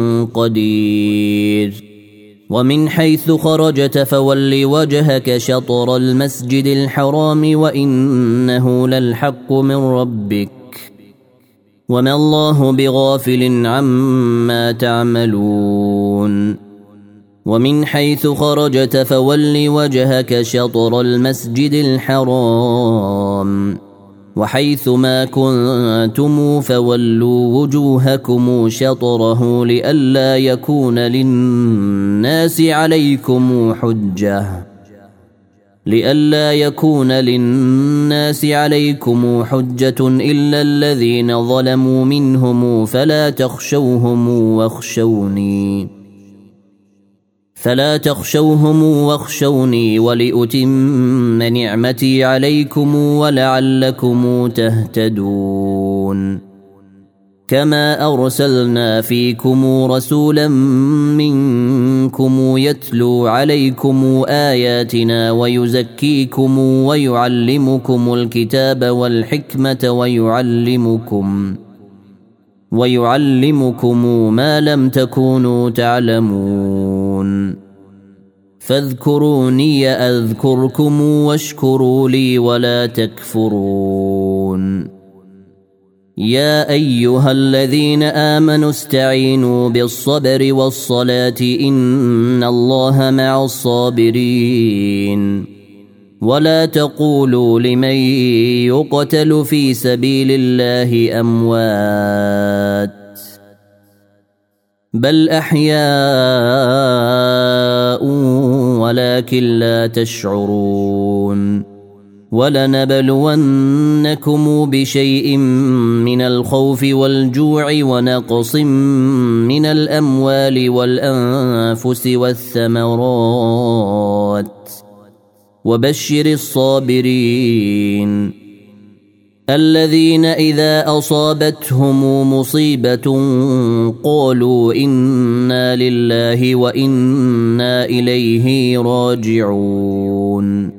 [SPEAKER 1] قدير ومن حيث خرجت فول وجهك شطر المسجد الحرام وإنه للحق من ربك وما الله بغافل عما تعملون ومن حيث خرجت فول وجهك شطر المسجد الحرام وحيث ما كنتم فولوا وجوهكم شطره لئلا يكون للناس عليكم حجة إلا الذين ظلموا منهم فلا تخشوهم واخشوني ولأتم نعمتي عليكم ولعلكم تهتدون كما أرسلنا فيكم رسولا منكم يتلو عليكم آياتنا ويزكيكم ويعلمكم الكتاب والحكمة ويعلمكم ما لم تكونوا تعلمون فاذكروني أذكركم واشكروا لي ولا تكفرون يا أيها الذين آمنوا استعينوا بالصبر والصلاة إن الله مع الصابرين ولا تقولوا لمن يقتل في سبيل الله أموات بل أحياء ولكن لا تشعرون ولنبلونكم بشيء من الخوف والجوع ونقص من الأموال والأنفس والثمرات وبشر الصابرين الذين إذا أصابتهم مصيبة قالوا إنا لله وإنا إليه راجعون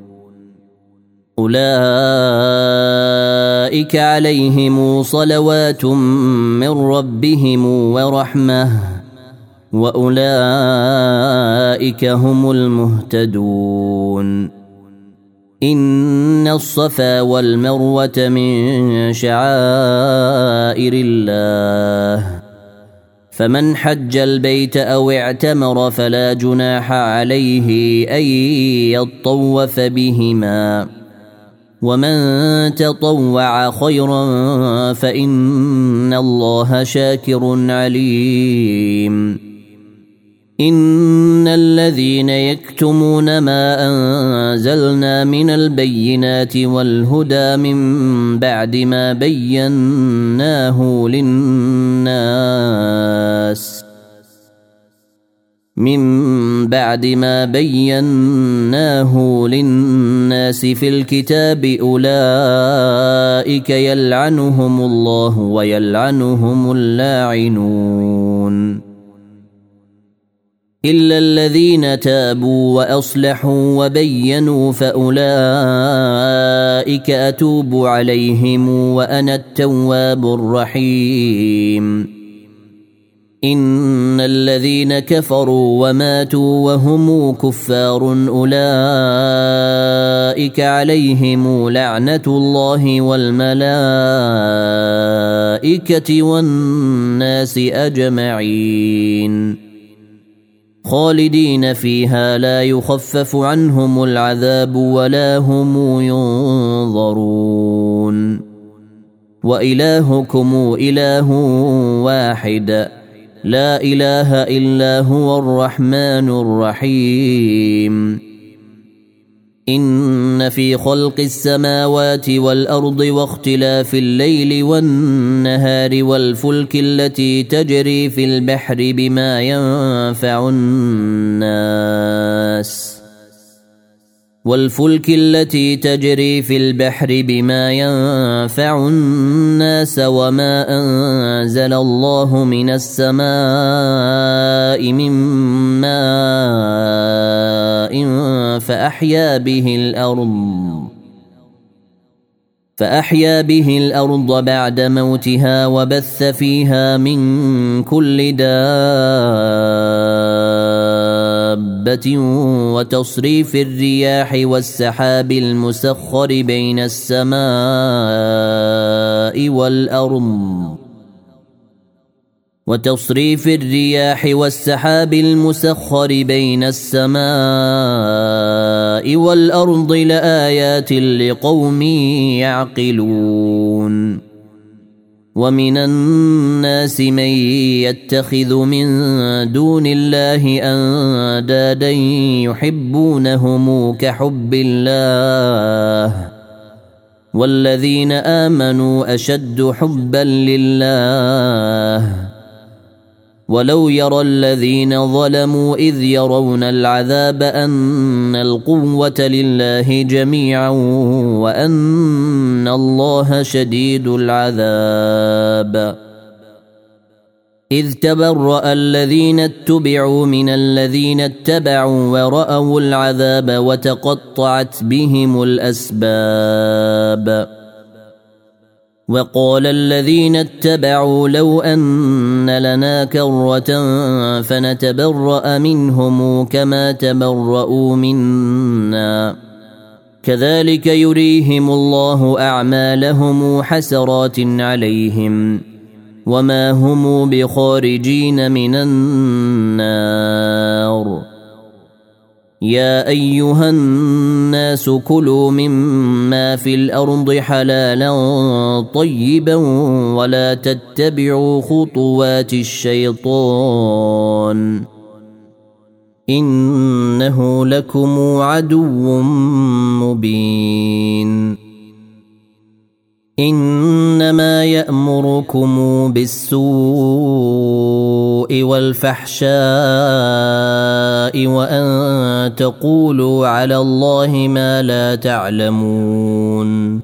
[SPEAKER 1] أولئك عليهم صلوات من ربهم ورحمة وأولئك هم المهتدون إن الصفا والمروة من شعائر الله فمن حج البيت أو اعتمر فلا جناح عليه أن يطوف بهما ومن تطوع خيرا فإن الله شاكر عليم إن الذين يكتمون ما أنزلنا من البينات والهدى من بعد ما بيناه للناس في الكتاب أولئك يلعنهم الله ويلعنهم اللاعنون إلا الذين تابوا وأصلحوا وبينوا فأولئك أتوب عليهم وأنا التواب الرحيم إن الذين كفروا وماتوا وهم كفار أولئك عليهم لعنة الله والملائكة والناس أجمعين خالدين فيها لا يخفف عنهم العذاب ولا هم ينظرون وإلهكم إله واحد لا إله إلا هو الرحمن الرحيم إن في خلق السماوات والأرض واختلاف الليل والنهار والفلك التي تجري في البحر بما ينفع الناس وما أنزل الله من السماء من ماء فأحيا به الأرض بعد موتها وبث فيها من كل دابة وتصريف الرياح والسحاب المسخر بين السماء والأرض لآيات لقوم يعقلون ومن الناس من يتخذ من دون الله أندادا يحبونهم كحب الله والذين آمنوا أشد حبا لله ولو يرى الذين ظلموا إذ يرون العذاب أن القوة لله جميعا وأن الله شديد العذاب إذ تبرأ الذين اتبعوا من الذين اتبعوا ورأوا العذاب وتقطعت بهم الأسباب وقال الذين اتبعوا لو أن لنا كرة فنتبرأ منهم كما تبرؤوا منا كذلك يريهم الله أعمالهم حسرات عليهم وما هم بخارجين من النار يا أيها الناس كلوا مما في الأرض حلالا طيبا ولا تتبعوا خطوات الشيطان إنه لكم عدو مبين إنما يأمركم بالسوء والفحشاء وأن تقولوا على الله ما لا تعلمون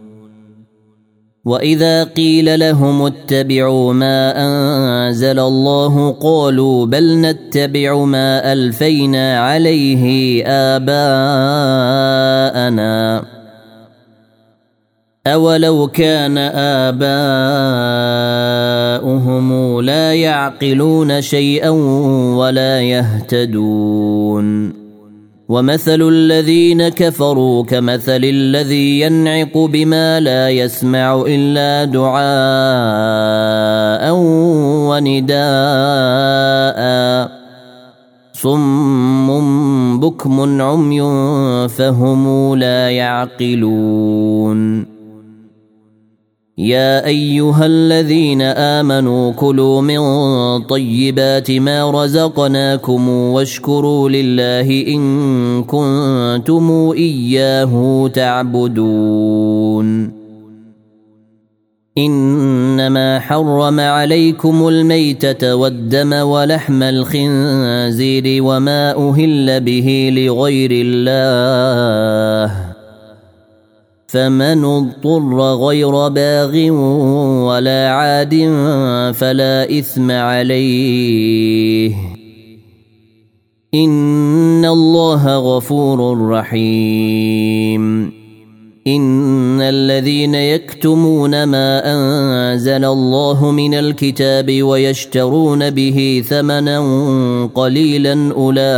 [SPEAKER 1] وإذا قيل لهم اتبعوا ما أنزل الله قالوا بل نتبع ما ألفينا عليه آباءنا أولو كان آباؤهم لا يعقلون شيئا ولا يهتدون ومثل الذين كفروا كمثل الذي ينعق بما لا يسمع إلا دعاء ونداء صم بكم عمي فهم لا يعقلون يا أيها الذين آمنوا كلوا من طيبات ما رزقناكم واشكروا لله إن كنتم إياه تعبدون إنما حرم عليكم الميتة والدم ولحم الخنزير وما أهل به لغير الله فمن اضطر غير باغ ولا عاد فلا إثم عليه إن الله غفور رحيم إن الذين يكتمون ما أنزل الله من الكتاب ويشترون به ثمنا قليلا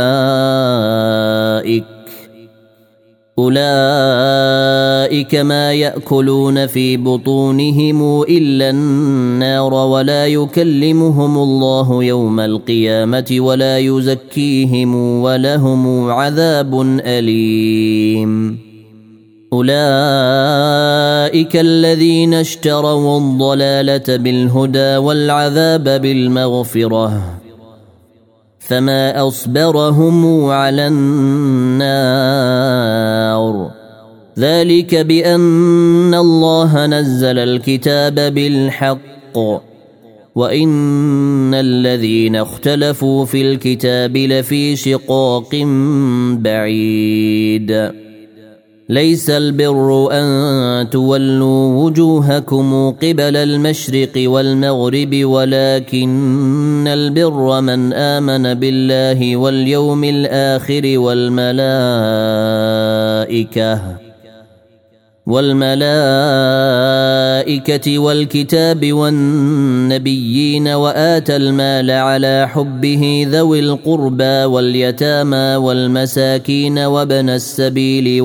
[SPEAKER 1] أولئك ما يأكلون في بطونهم إلا النار ولا يكلمهم الله يوم القيامة ولا يزكيهم ولهم عذاب أليم أولئك الذين اشتروا الضلالة بالهدى والعذاب بالمغفرة فما أصبرهم على النار ذلك بأن الله نزل الكتاب بالحق وإن الذين اختلفوا في الكتاب لفي شقاق بعيد ليس البر أن تولوا وجوهكم قبل المشرق والمغرب ولكن البر من آمن بالله واليوم الآخر والملائكة والكتاب والنبيين وآتى المال على حبه ذوي القربى واليتامى والمساكين وابن السبيل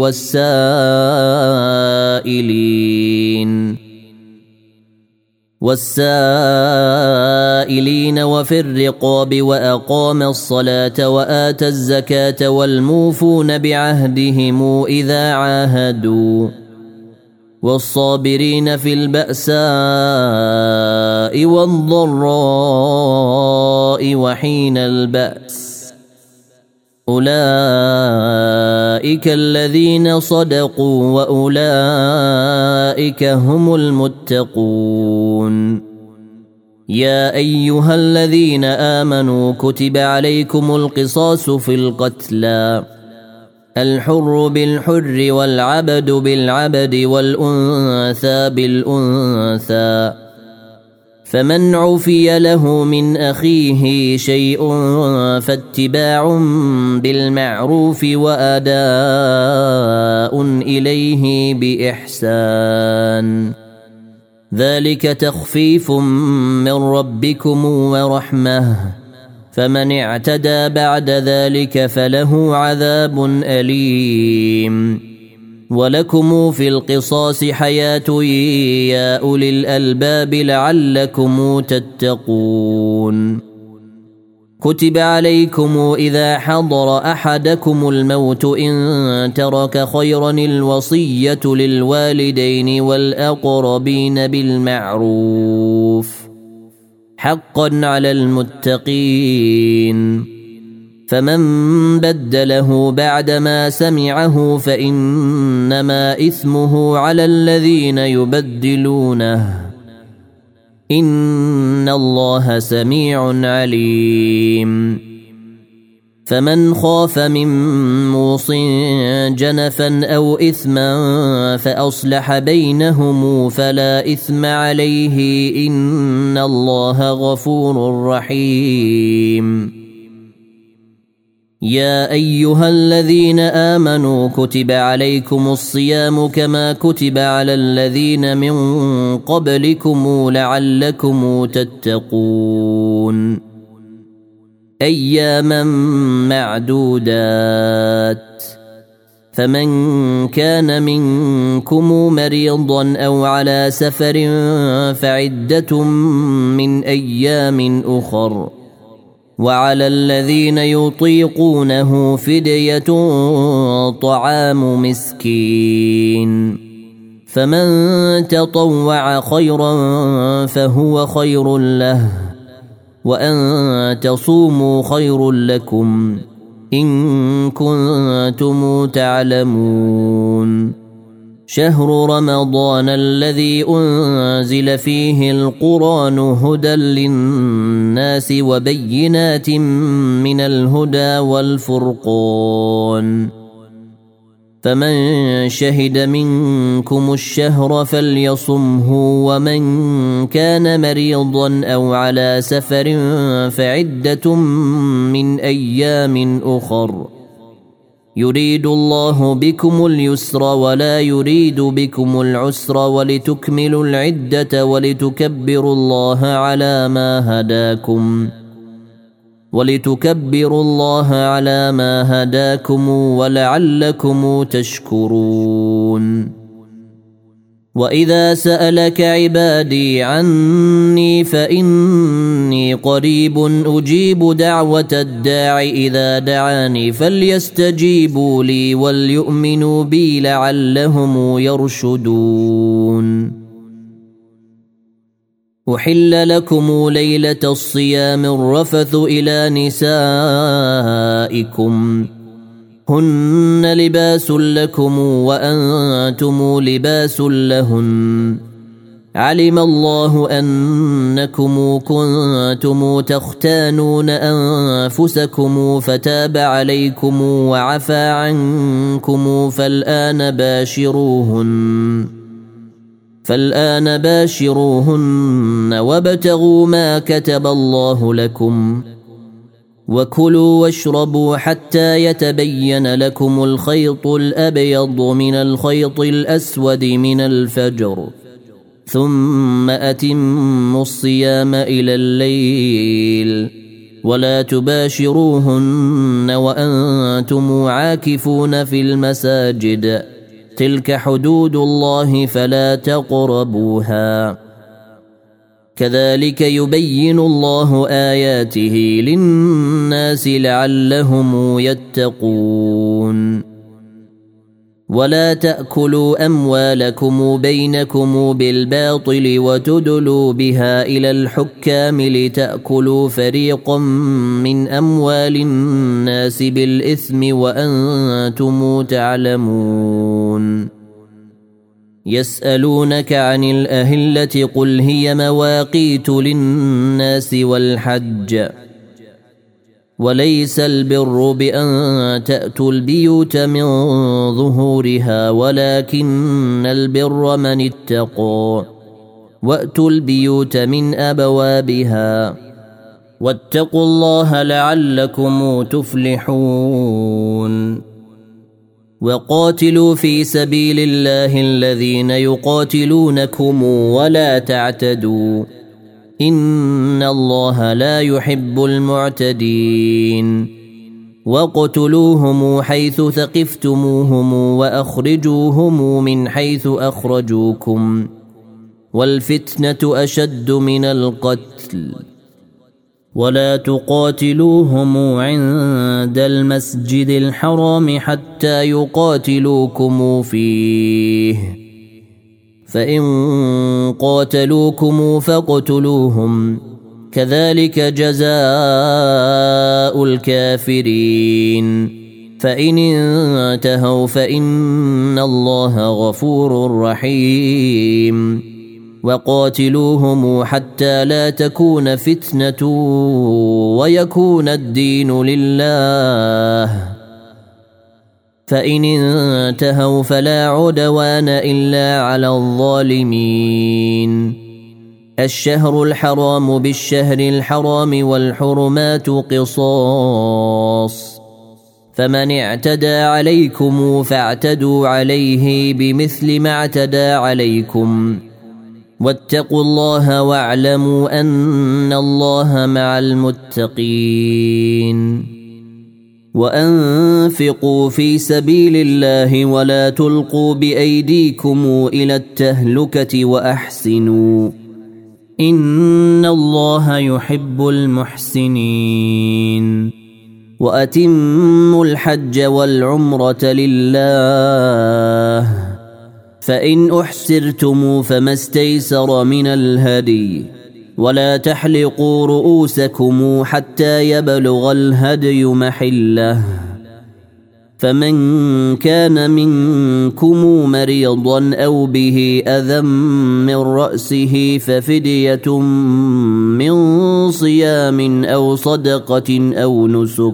[SPEAKER 1] والسائلين وفي الرقاب وأقام الصلاة وآتى الزكاة والموفون بعهدهم إذا عاهدوا والصابرين في البأساء والضراء وحين البأس أولئك الذين صدقوا وأولئك هم المتقون يا أيها الذين آمنوا كتب عليكم القصاص في القتلى الحر بالحر والعبد بالعبد والأنثى بالأنثى فمن عفي له من أخيه شيء فاتباع بالمعروف وأداء إليه بإحسان ذلك تخفيف من ربكم ورحمة فمن اعتدى بعد ذلك فله عذاب أليم ولكم في القصاص حياة يا أولي الألباب لعلكم تتقون كتب عليكم إذا حضر أحدكم الموت إن ترك خيرا الوصية للوالدين والأقربين بالمعروف حقا على المتقين فمن بدله بعدما سمعه فإنما إثمه على الذين يبدلونه إن الله سميع عليم فمن خاف من موص جنفا أو إثما فأصلح بينهم فلا إثم عليه إن الله غفور رحيم يا أيها الذين آمنوا كتب عليكم الصيام كما كتب على الذين من قبلكم لعلكم تتقون أياما معدودات فمن كان منكم مريضا أو على سفر فعدة من أيام أخر وعلى الذين يطيقونه فدية طعام مسكين فمن تطوع خيرا فهو خير له وأن تصوموا خير لكم إن كنتم تعلمون شهر رمضان الذي أنزل فيه القرآن هدى للناس وبينات من الهدى والفرقان فمن شهد منكم الشهر فليصمه ومن كان مريضا أو على سفر فعدة من أيام أخر يريد الله بكم اليسر ولا يريد بكم العسر ولتكملوا العدة ولتكبروا الله على ما هداكم ولعلكم تشكرون وإذا سألك عبادي عني فإني قريب أجيب دعوة الداع إذا دعاني فليستجيبوا لي وليؤمنوا بي لعلهم يرشدون أحل لكم ليلة الصيام الرفث إلى نسائكم هن لباس لكم وأنتم لباس لهن علم الله أنكم كنتم تختانون أنفسكم فتاب عليكم وعفى عنكم فالآن باشروهن وابتغوا ما كتب الله لكم وكلوا واشربوا حتى يتبين لكم الخيط الأبيض من الخيط الأسود من الفجر ثم أتموا الصيام إلى الليل ولا تباشروهن وأنتم عاكفون في المساجد تلك حدود الله فلا تقربوها كذلك يبين الله آياته للناس لعلهم يتقون ولا تأكلوا أموالكم بينكم بالباطل وتدلوا بها إلى الحكام لتأكلوا فريقا من أموال الناس بالإثم وأنتم تعلمون يسألونك عن الأهلة قل هي مواقيت للناس والحج وليس البر بأن تأتوا البيوت من ظهورها ولكن البر من اتقى وأتوا البيوت من أبوابها واتقوا الله لعلكم تفلحون وقاتلوا في سبيل الله الذين يقاتلونكم ولا تعتدوا إن الله لا يحب المعتدين وقتلوهم حيث ثقفتموهم وأخرجوهم من حيث أخرجوكم والفتنة أشد من القتل ولا تقاتلوهم عند المسجد الحرام حتى يقاتلوكم فيه فإن قاتلوكم فاقتلوهم كذلك جزاء الكافرين فإن انتهوا فإن الله غفور رحيم وقاتلوهم حتى لا تكون فتنة ويكون الدين لله فإن انتهوا فلا عدوان إلا على الظالمين الشهر الحرام بالشهر الحرام والحرمات قصاص فمن اعتدى عليكم فاعتدوا عليه بمثل ما اعتدى عليكم واتقوا الله واعلموا أن الله مع المتقين وأنفقوا في سبيل الله ولا تلقوا بأيديكم إلى التهلكة وأحسنوا إن الله يحب المحسنين. وأتموا الحج والعمرة لله، فإن أحسرتم فما استيسر من الهدي، ولا تحلقوا رؤوسكم حتى يبلغ الهدي محله، فمن كان منكم مريضا أو به أذى من رأسه ففدية من صيام أو صدقة أو نسك،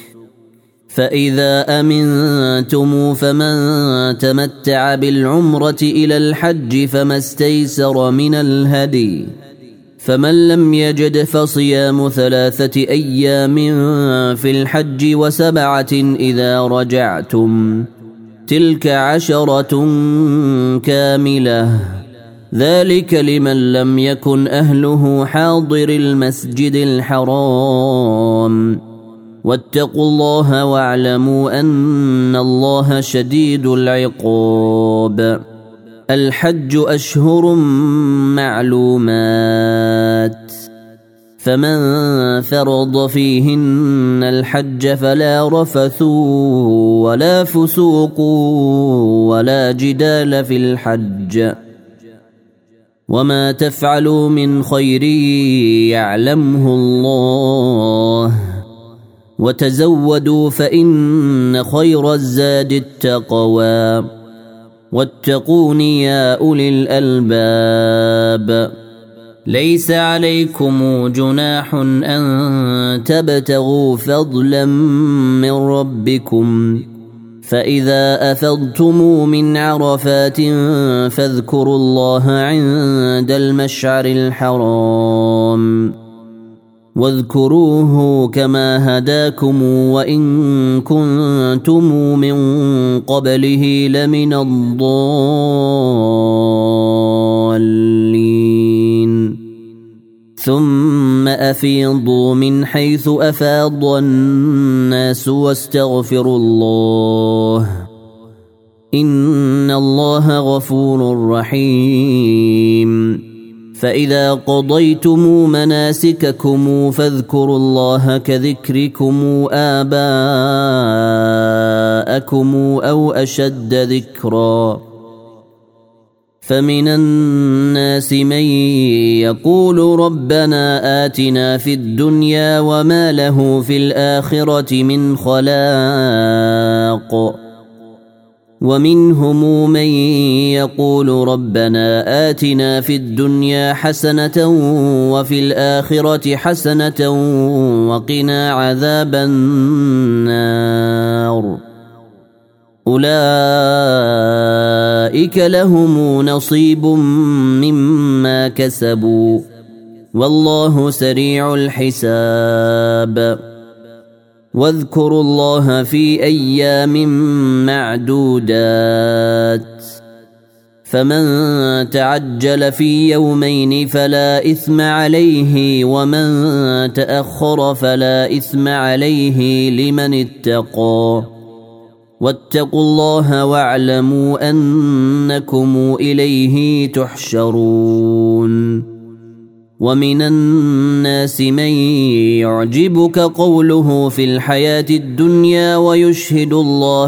[SPEAKER 1] فإذا أمنتم فمن تمتع بالعمرة إلى الحج فما استيسر من الهدي، فمن لم يجد فصيام 3 أيام في الحج و7 إذا رجعتم، تلك 10 كاملة، ذلك لمن لم يكن أهله حاضر المسجد الحرام. واتقوا الله واعلموا أن الله شديد العقاب. الحج أشهر معلومات، فمن فرض فيهن الحج فلا رفث ولا فسوق ولا جدال في الحج، وما تفعلوا من خير يعلمه الله، وتزودوا فإن خير الزاد التقوى، واتقون يا أولي الألباب. ليس عليكم جناح أن تبتغوا فضلا من ربكم، فإذا أفضتم من عرفات فاذكروا الله عند المشعر الحرام، واذكروه كما هداكم وإن كنتم من قبله لمن الضالين. ثم أفيضوا من حيث أفاض الناس واستغفروا الله، إن الله غفور رحيم. فإذا قضيتم مناسككم فاذكروا الله كذكركم آباءكم أو أشد ذكرا. فمن الناس من يقول ربنا آتنا في الدنيا وما له في الآخرة من خلاق، ومنهم من يقول ربنا آتنا في الدنيا حسنة وفي الآخرة حسنة وقنا عذاب النار. أولئك لهم نصيب مما كسبوا والله سريع الحساب. واذكروا الله في أيام معدودات، فمن تعجل في يومين فلا إثم عليه، ومن تأخر فلا إثم عليه لمن اتقى. واتقوا الله واعلموا أنكم إليه تحشرون. ومن الناس من يعجبك قوله في الحياة الدنيا ويشهد الله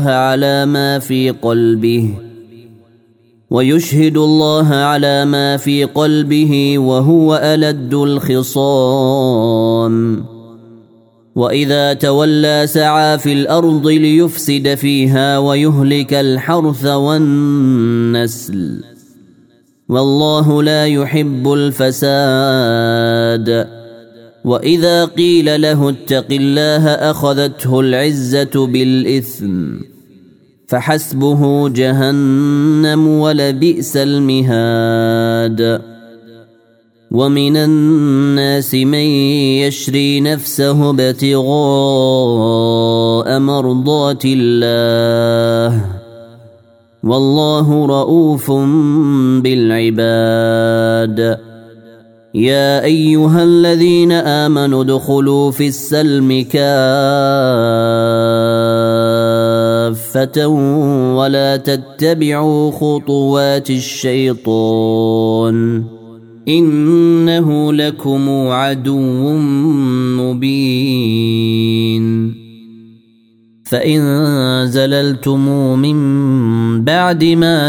[SPEAKER 1] على ما في قلبه وهو ألد الخصام. وإذا تولى سعى في الأرض ليفسد فيها ويهلك الحرث والنسل، والله لا يحب الفساد. وإذا قيل له اتق الله أخذته العزة بالإثم، فحسبه جهنم ولبئس المهاد. ومن الناس من يشري نفسه ابتغاء مرضات الله، والله رؤوف بالعباد. يا أيها الذين آمنوا ادخلوا في السلم كافة ولا تتبعوا خطوات الشيطان، إنه لكم عدو مبين فإن زللتم من بعد ما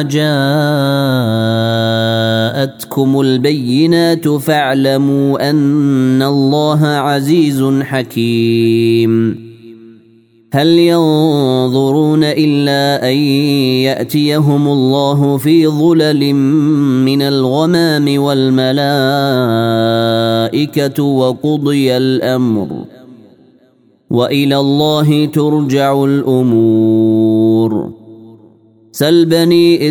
[SPEAKER 1] جاءتكم البينات فاعلموا أن الله عزيز حكيم هل ينظرون إلا أن يأتيهم الله في ظلل من الغمام والملائكة وقضي الأمر وإلى الله ترجع الأمور سل بني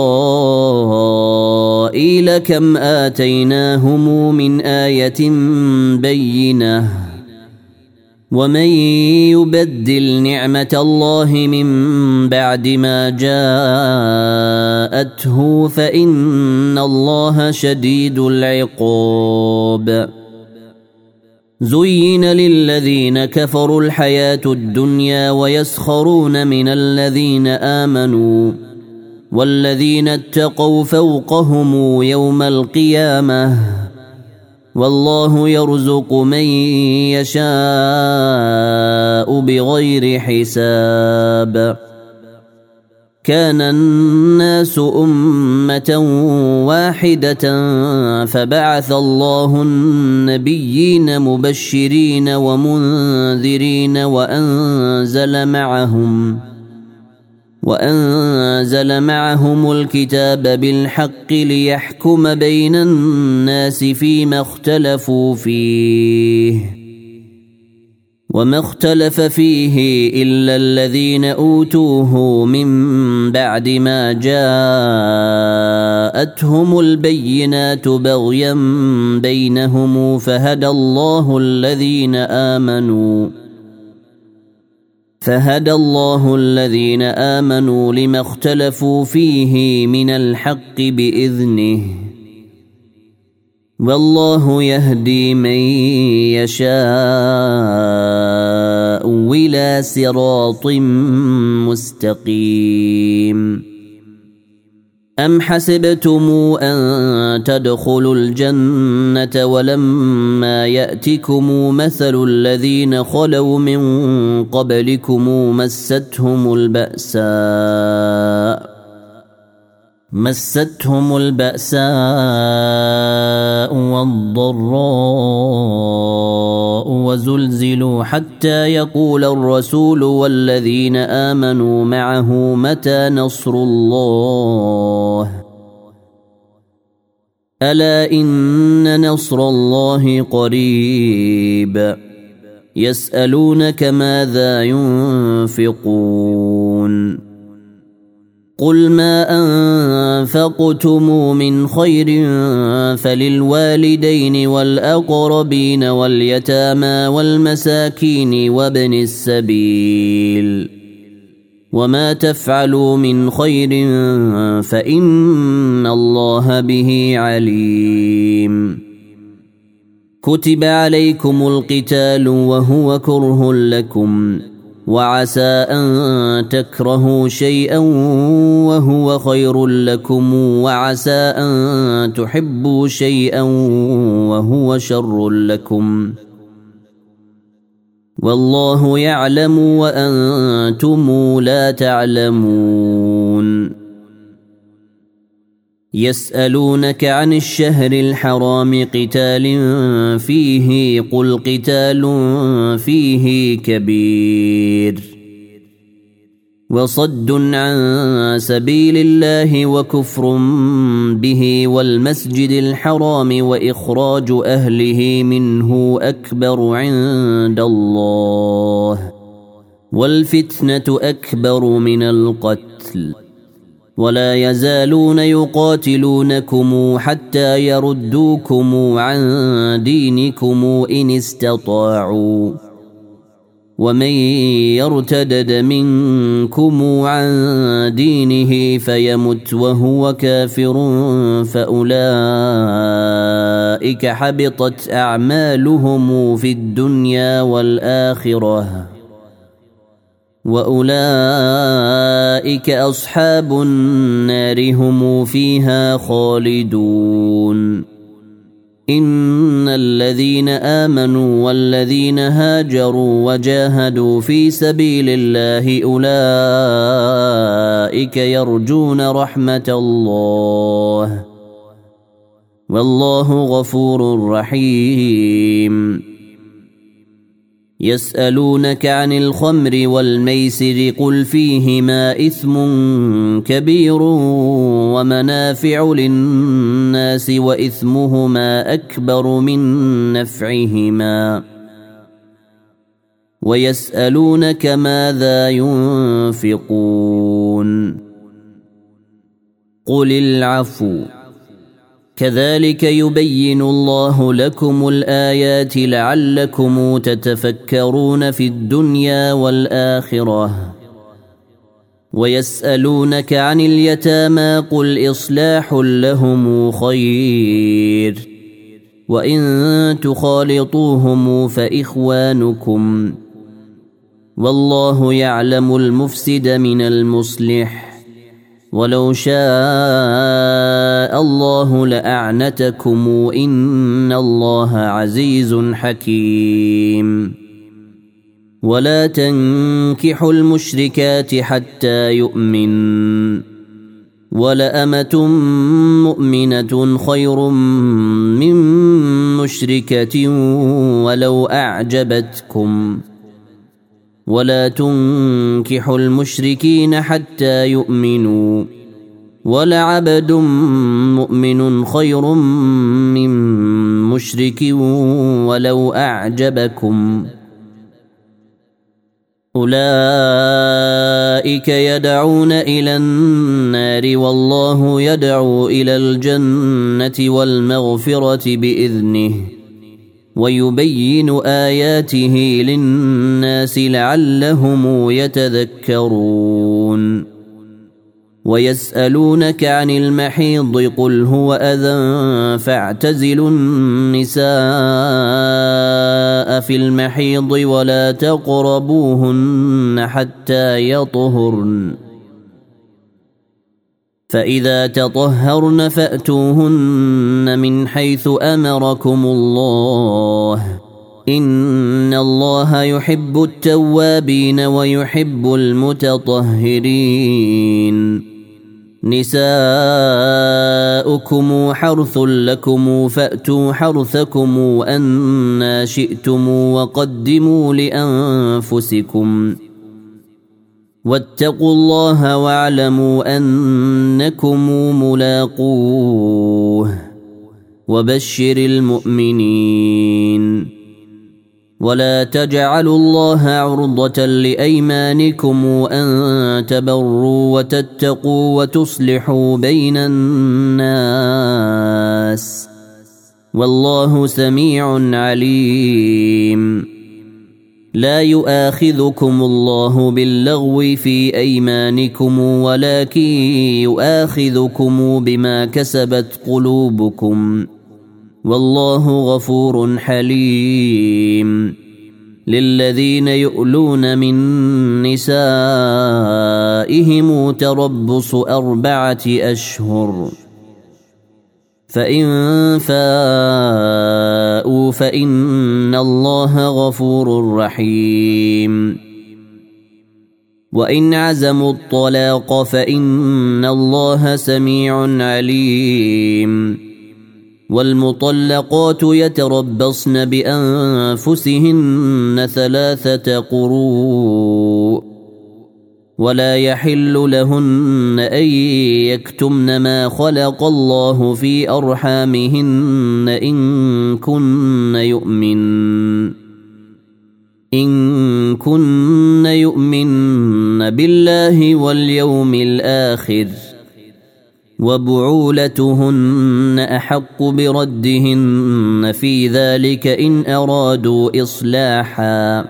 [SPEAKER 1] إسرائيل كم آتيناهم من آية بينة ومن يبدل نعمة الله من بعد ما جاءته فإن الله شديد العقاب زين للذين كفروا الحياة الدنيا ويسخرون من الذين آمنوا والذين اتقوا فوقهم يوم القيامة والله يرزق من يشاء بغير حساب كان الناس أمة واحدة فبعث الله النبيين مبشرين ومنذرين وأنزل معهم الكتاب بالحق ليحكم بين الناس فيما اختلفوا فيه وما اختلف فيه إلا الذين أوتوه من بعد ما جاءتهم البينات بغيا بينهم فهدى الله الذين آمنوا لما اختلفوا فيه من الحق بإذنه والله يهدي من يشاء إلى صراط مستقيم أم حسبتم أن تدخلوا الجنة ولما يأتكم مثل الذين خلوا من قبلكم مستهم البأساء والضراء وزلزلوا حتى يقول الرسول والذين آمنوا معه متى نصر الله ألا إن نصر الله قريب يسألونك ماذا ينفقون قل ما أنفقتم من خير فللوالدين والأقربين واليتامى والمساكين وابن السبيل وما تفعلوا من خير فإن الله به عليم كتب عليكم القتال وهو كره لكم وعسى أن تكرهوا شيئا وهو خير لكم وعسى أن تحبوا شيئا وهو شر لكم والله يعلم وأنتم لا تعلمون يسألونك عن الشهر الحرام قتال فيه قل قتال فيه كبير وصد عن سبيل الله وكفر به والمسجد الحرام وإخراج أهله منه أكبر عند الله والفتنة أكبر من القتل ولا يزالون يقاتلونكم حتى يردوكم عن دينكم إن استطاعوا ومن يرتدد منكم عن دينه فيمت وهو كافر فأولئك حبطت أعمالهم في الدنيا والآخرة وأولئك أصحاب النار هم فيها خالدون إن الذين آمنوا والذين هاجروا وجاهدوا في سبيل الله أولئك يرجون رحمة الله والله غفور رحيم. يسألونك عن الخمر والميسر قل فيهما إثم كبير ومنافع للناس وإثمهما أكبر من نفعهما ويسألونك ماذا ينفقون قل العفو كذلك يبين الله لكم الآيات لعلكم تتفكرون في الدنيا والآخرة. ويسألونك عن اليتامى قل إصلاح لهم خير وإن تخالطوهم فإخوانكم والله يعلم المفسد من المصلح ولو شاء الله لأعنتكم إن الله عزيز حكيم. ولا تنكحوا المشركات حتى يؤمن ولأمة مؤمنة خير من مشركة ولو أعجبتكم ولا تنكحوا المشركين حتى يؤمنوا ولعبد مؤمن خير من مشرك ولو أعجبكم أولئك يدعون إلى النار والله يدعو إلى الجنة والمغفرة بإذنه ويبين آياته للناس لعلهم يتذكرون. ويسألونك عن المحيض قل هو أذى فاعتزلوا النساء في المحيض ولا تقربوهن حتى يطهرن فإذا تطهرن فأتوهن من حيث أمركم الله إن الله يحب التوابين ويحب المتطهرين. نساؤكم حرث لكم فأتوا حرثكم أنى شئتم وقدموا لأنفسكم واتقوا الله واعلموا أنكم ملاقوه وبشر المؤمنين. ولا تجعلوا الله عرضة لأيمانكم أن تبروا وتتقوا وتصلحوا بين الناس والله سميع عليم. لا يؤاخذكم الله باللغو في أيمانكم ولكن يؤاخذكم بما كسبت قلوبكم والله غفور حليم. للذين يؤلون من نسائهم تربص 4 أشهر فإن فاءوا فإن الله غفور رحيم. وإن عزموا الطلاق فإن الله سميع عليم. والمطلقات يتربصن بأنفسهن 3 قروء ولا يحل لهن أن يكتمن ما خلق الله في أرحامهن إن كن يؤمن بالله واليوم الآخر وبعولتهن أحق بردهن في ذلك إن أرادوا إصلاحا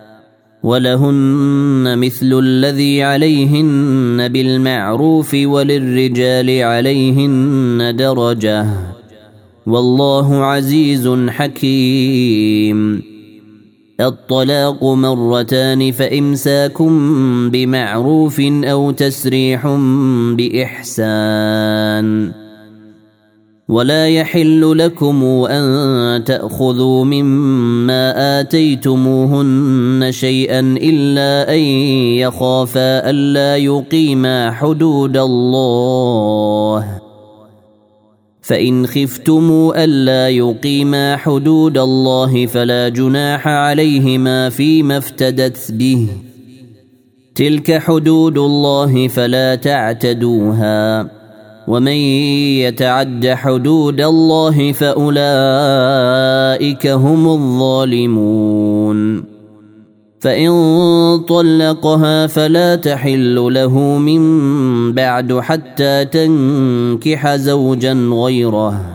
[SPEAKER 1] ولهن مثل الذي عليهن بالمعروف وللرجال عليهن درجة والله عزيز حكيم. الطلاق 2 فإمساك بمعروف أو تسريح بإحسان ولا يحل لكم أن تأخذوا مما آتيتموهن شيئا إلا أن يخافا ألا يقيما حدود الله، فإن خفتموا ألا يقيما حدود الله فلا جناح عليهما فيما افتدت به، تلك حدود الله فلا تعتدوها، ومن يتعد حدود الله فأولئك هم الظالمون. فإن طلقها فلا تحل له من بعد حتى تنكح زوجا غيره،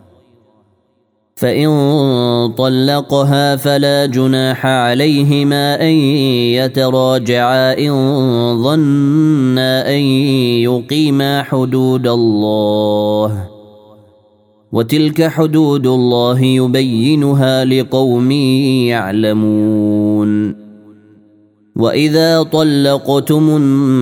[SPEAKER 1] فإن طلقها فلا جناح عليهما أن يتراجعا إن ظنا أن يقيما حدود الله، وتلك حدود الله يبينها لقوم يعلمون. وإذا طلقتم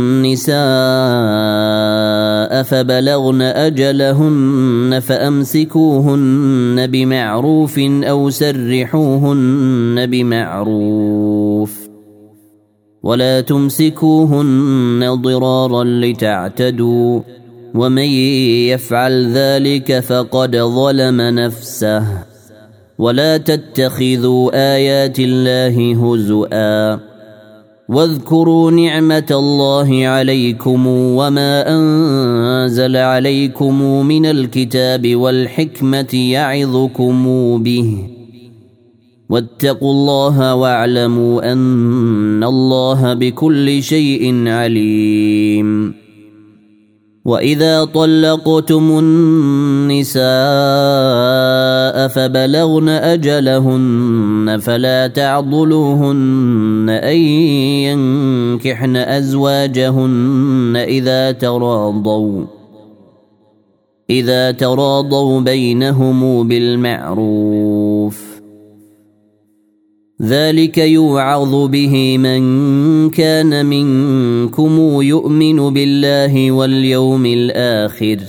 [SPEAKER 1] النساء فبلغن أجلهن فأمسكوهن بمعروف أو سرحوهن بمعروف، ولا تمسكوهن ضرارا لتعتدوا، ومن يفعل ذلك فقد ظلم نفسه. ولا تتخذوا آيات الله هزؤا، واذكروا نعمة الله عليكم وما أنزل عليكم من الكتاب والحكمة يعظكم به، واتقوا الله واعلموا أن الله بكل شيء عليم. وإذا طلقتم النساء فبلغن أجلهن فلا تعضلوهن أن ينكحن أزواجهن إذا تراضوا بينهم بالمعروف، ذلك يوعظ به من كان منكم يؤمن بالله واليوم الآخر،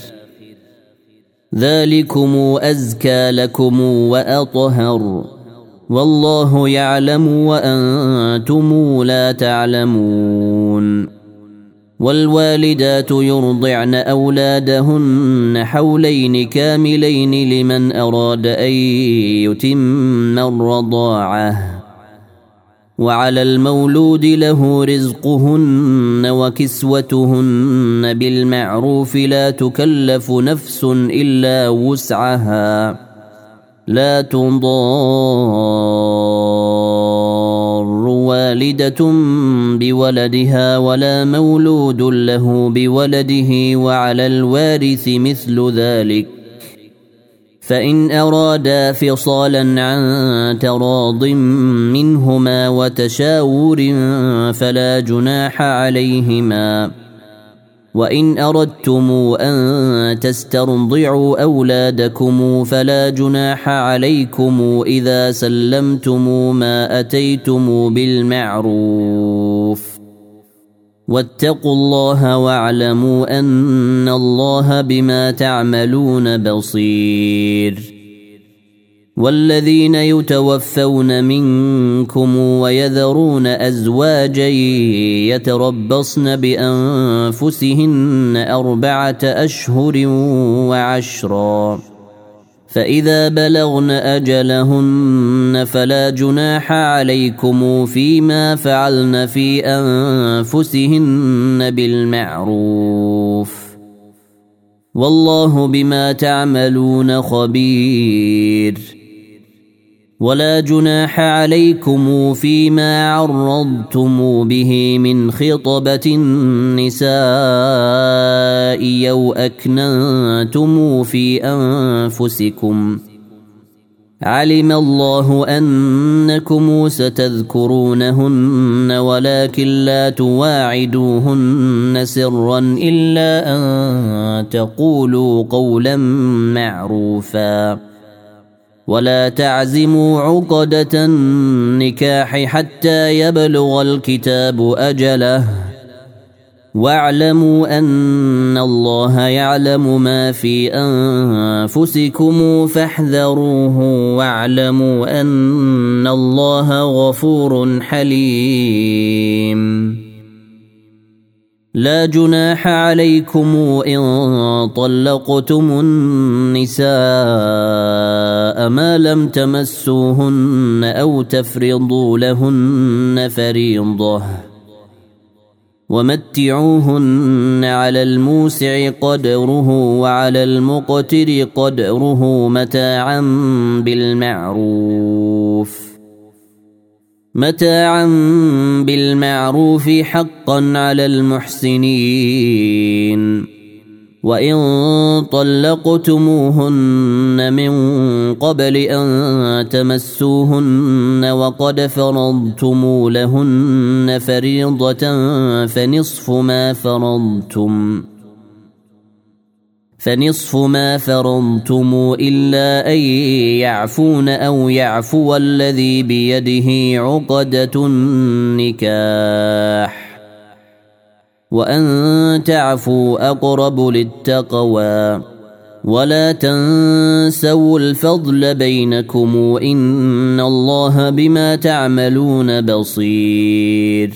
[SPEAKER 1] ذلكم أزكى لكم وأطهر، والله يعلم وأنتم لا تعلمون. والوالدات يرضعن أولادهن حولين كاملين لمن أراد أن يتم الرضاعة، وعلى المولود له رزقهن وكسوتهن بالمعروف، لا تكلف نفس إلا وسعها، لا تضار والدة بولدها ولا مولود له بولده، وعلى الوارث مثل ذلك، فإن أرادا فصالا عن تراض منهما وتشاور فلا جناح عليهما. وإن أردتم أن تسترضعوا أولادكم فلا جناح عليكم إذا سلمتم ما أتيتم بالمعروف، واتقوا الله واعلموا أن الله بما تعملون بصير. والذين يتوفون منكم ويذرون أزواجا يتربصن بأنفسهن 4 أشهر و10، فإذا بلغن أجلهن فلا جناح عليكم فيما فعلن في أنفسهن بالمعروف، والله بما تعملون خبير. ولا جناح عليكم فيما عرضتم به من خطبة النساء أو أكننتم في أنفسكم، علم الله أنكم ستذكرونهن ولكن لا تواعدوهن سرا إلا أن تقولوا قولا معروفا، ولا تعزموا عقدة النكاح حتى يبلغ الكتاب أجله، واعلموا أن الله يعلم ما في أنفسكم فاحذروه واعلموا أن الله غفور حليم. لا جناح عليكم إن طلقتم النساء ما لم تمسوهن أو تفرضوا لهن فريضة ومتعوهن على الموسع قدره وعلى المقتر قدره متاعا بالمعروف حقا على المحسنين. وإن طلقتموهن من قبل أن تمسوهن وقد فرضتم لهن فريضة فنصف ما فرضتم إلا أن يعفون أو يعفو الذي بيده عقدة النكاح وأن تعفوا أقرب للتقوى ولا تنسوا الفضل بينكم إن الله بما تعملون بصير.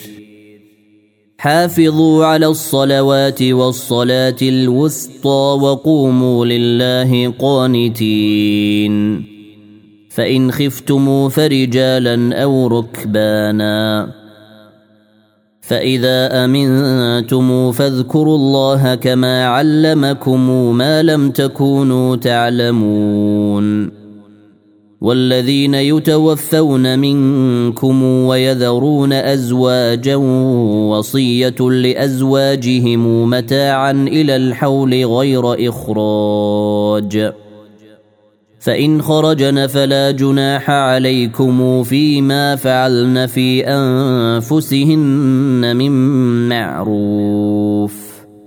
[SPEAKER 1] حافظوا على الصلوات والصلاة الوسطى وقوموا لله قانتين. فإن خفتم فرجالا أو ركبانا فإذا أمنتم فاذكروا الله كما علمكم ما لم تكونوا تعلمون. والذين يتوفون منكم ويذرون أزواجا وصية لأزواجهم متاعا إلى الحول غير إخراج فإن خرجن فلا جناح عليكم فيما فعلن في أنفسهن من معروف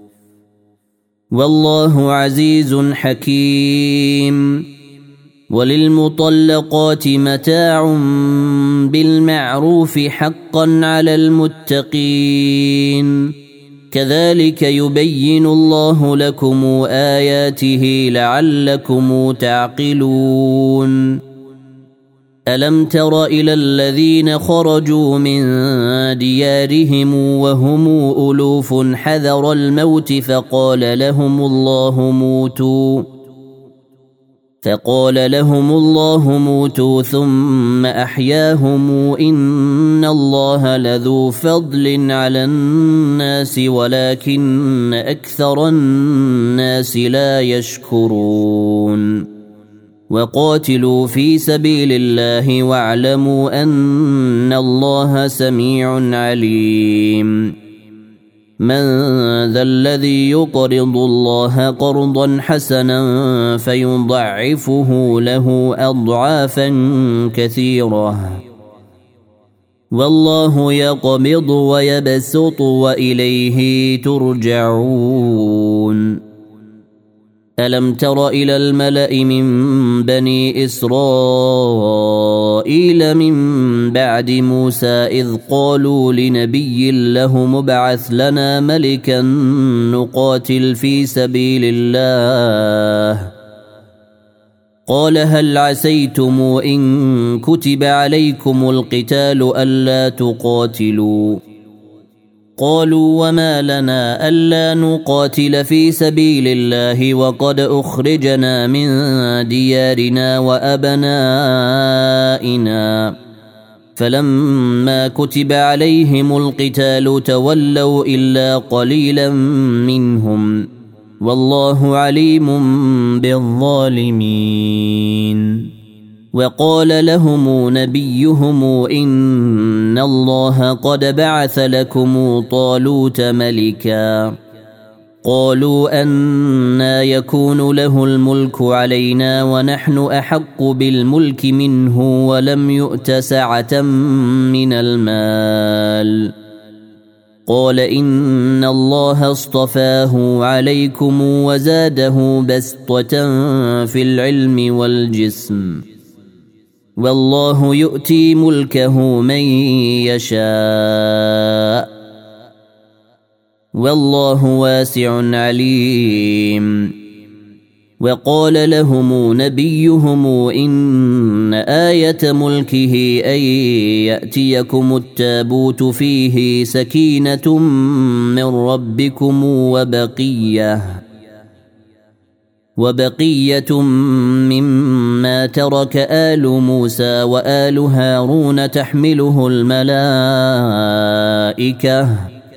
[SPEAKER 1] والله عزيز حكيم. وللمطلقات متاع بالمعروف حقا على المتقين كذلك يبين الله لكم آياته لعلكم تعقلون. ألم تر إلى الذين خرجوا من ديارهم وهم ألوف حذر الموت فقال لهم الله موتوا ثم أحياهم إن الله لذو فضل على الناس ولكن أكثر الناس لا يشكرون. وقاتلوا في سبيل الله واعلموا أن الله سميع عليم. من ذا الذي يقرض الله قرضا حسنا فيضعفه له أضعافا كثيرة والله يقبض ويبسط وإليه ترجعون. ألم تر إلى الملأ من بني إسرائيل من بعد موسى إذ قالوا لنبي له مبعث لنا ملكا نقاتل في سبيل الله قال هل عسيتم إن كتب عليكم القتال ألا تقاتلوا قالوا وما لنا ألا نقاتل في سبيل الله وقد أخرجنا من ديارنا وأبنائنا فلما كتب عليهم القتال تولوا إلا قليلا منهم والله عليم بالظالمين. وقال لهم نبيهم إن الله قد بعث لكم طالوت ملكا قالوا أنى يكون له الملك علينا ونحن أحق بالملك منه ولم يؤت سعة من المال قال إن الله اصطفاه عليكم وزاده بسطة في العلم والجسم والله يؤتي ملكه من يشاء والله واسع عليم. وقال لهم نبيهم إن آية ملكه أن يأتيكم التابوت فيه سكينة من ربكم وبقية مما ترك آل موسى وآل هارون تحمله الملائكة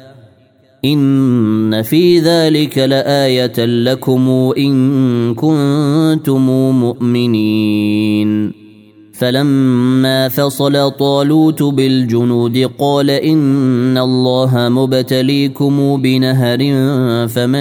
[SPEAKER 1] إن في ذلك لآية لكم إن كنتم مؤمنين. فلما فصل طالوت بالجنود قال إن الله مبتليكم بنهر فمن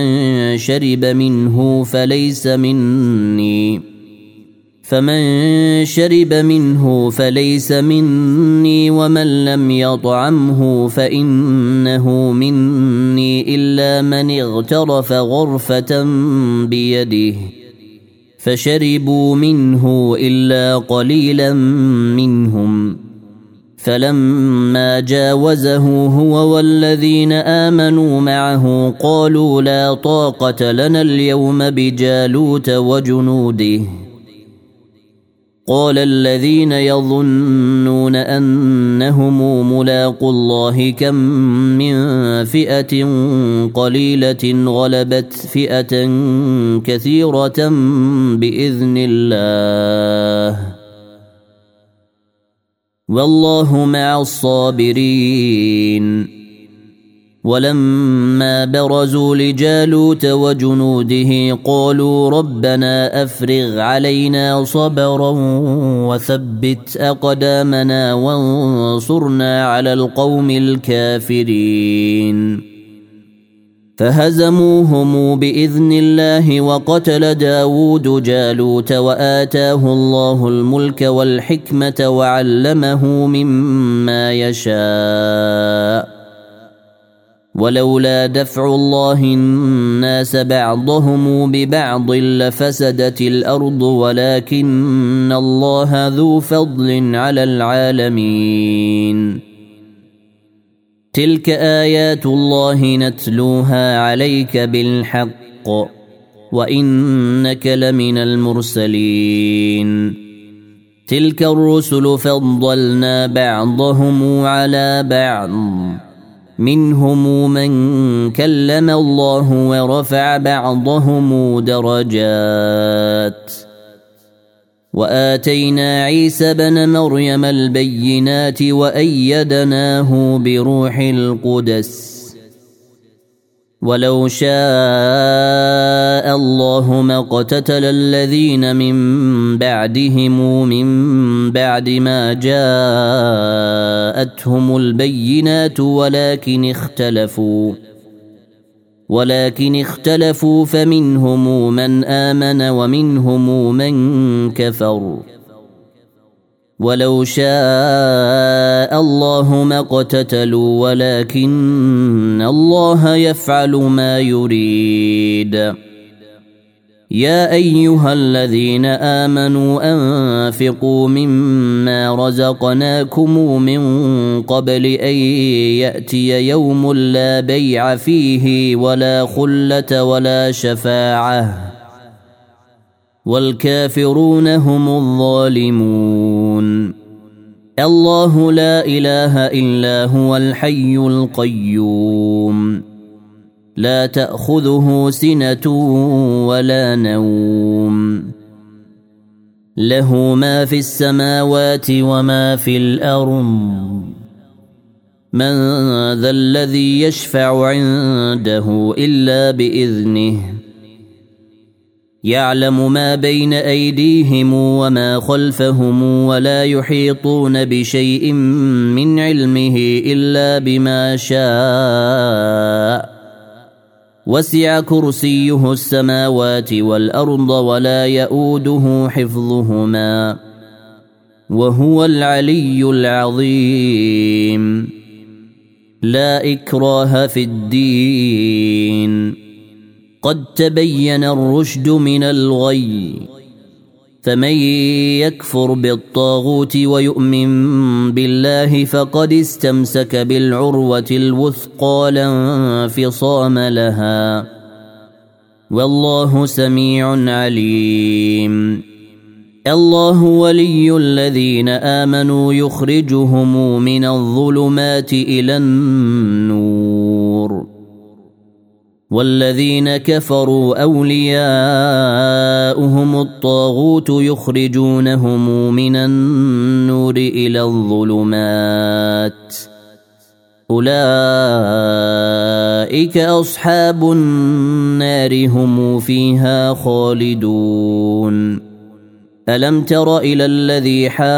[SPEAKER 1] شرب منه فليس مني ومن لم يطعمه فإنه مني إلا من اغترف غرفة بيده فشربوا منه إلا قليلا منهم. فلما جاوزه هو والذين آمنوا معه قالوا لا طاقة لنا اليوم بجالوت وجنوده. قال الذين يظنون أنهم ملاقو الله كم من فئة قليلة غلبت فئة كثيرة بإذن الله والله مع الصابرين. ولما برزوا لجالوت وجنوده قالوا ربنا أفرغ علينا صبرا وثبت أقدامنا وانصرنا على القوم الكافرين. فهزموهم بإذن الله وقتل داود جالوت وآتاه الله الملك والحكمة وعلمه مما يشاء. ولولا دفع الله الناس بعضهم ببعض لفسدت الأرض ولكن الله ذو فضل على العالمين. تلك آيات الله نتلوها عليك بالحق وإنك لمن المرسلين. تلك الرسل فضلنا بعضهم على بعض منهم من كلم الله ورفع بعضهم درجات. وآتينا عيسى بن مريم البينات وأيدناه بروح القدس. ولو شاء الله ما اقتتل الذين من بعدهم من بعد ما جاءتهم البينات ولكن اختلفوا فمنهم من آمن ومنهم من كفر. ولو شاء الله ما اقتتلوا ولكن الله يفعل ما يريد. يا أيها الذين آمنوا أنفقوا مما رزقناكم من قبل أن يأتي يوم لا بيع فيه ولا خلة ولا شفاعة والكافرون هم الظالمون. الله لا إله إلا هو الحي القيوم لا تأخذه سنة ولا نوم له ما في السماوات وما في الأرض. من ذا الذي يشفع عنده إلا بإذنه. يعلم ما بين أيديهم وما خلفهم ولا يحيطون بشيء من علمه إلا بما شاء. وسع كرسيه السماوات والأرض ولا يؤوده حفظهما وهو العلي العظيم. لا إكراه في الدين قد تبين الرشد من الغي فمن يكفر بالطاغوت ويؤمن بالله فقد استمسك بالعروة الوثقى لا انفصام لها والله سميع عليم. الله ولي الذين آمنوا يخرجهم من الظلمات إلى النور والذين كفروا أولياؤهم الطاغوت يخرجونهم من النور إلى الظلمات أولئك أصحاب النار هم فيها خالدون. ألم تر إلى الذي حاج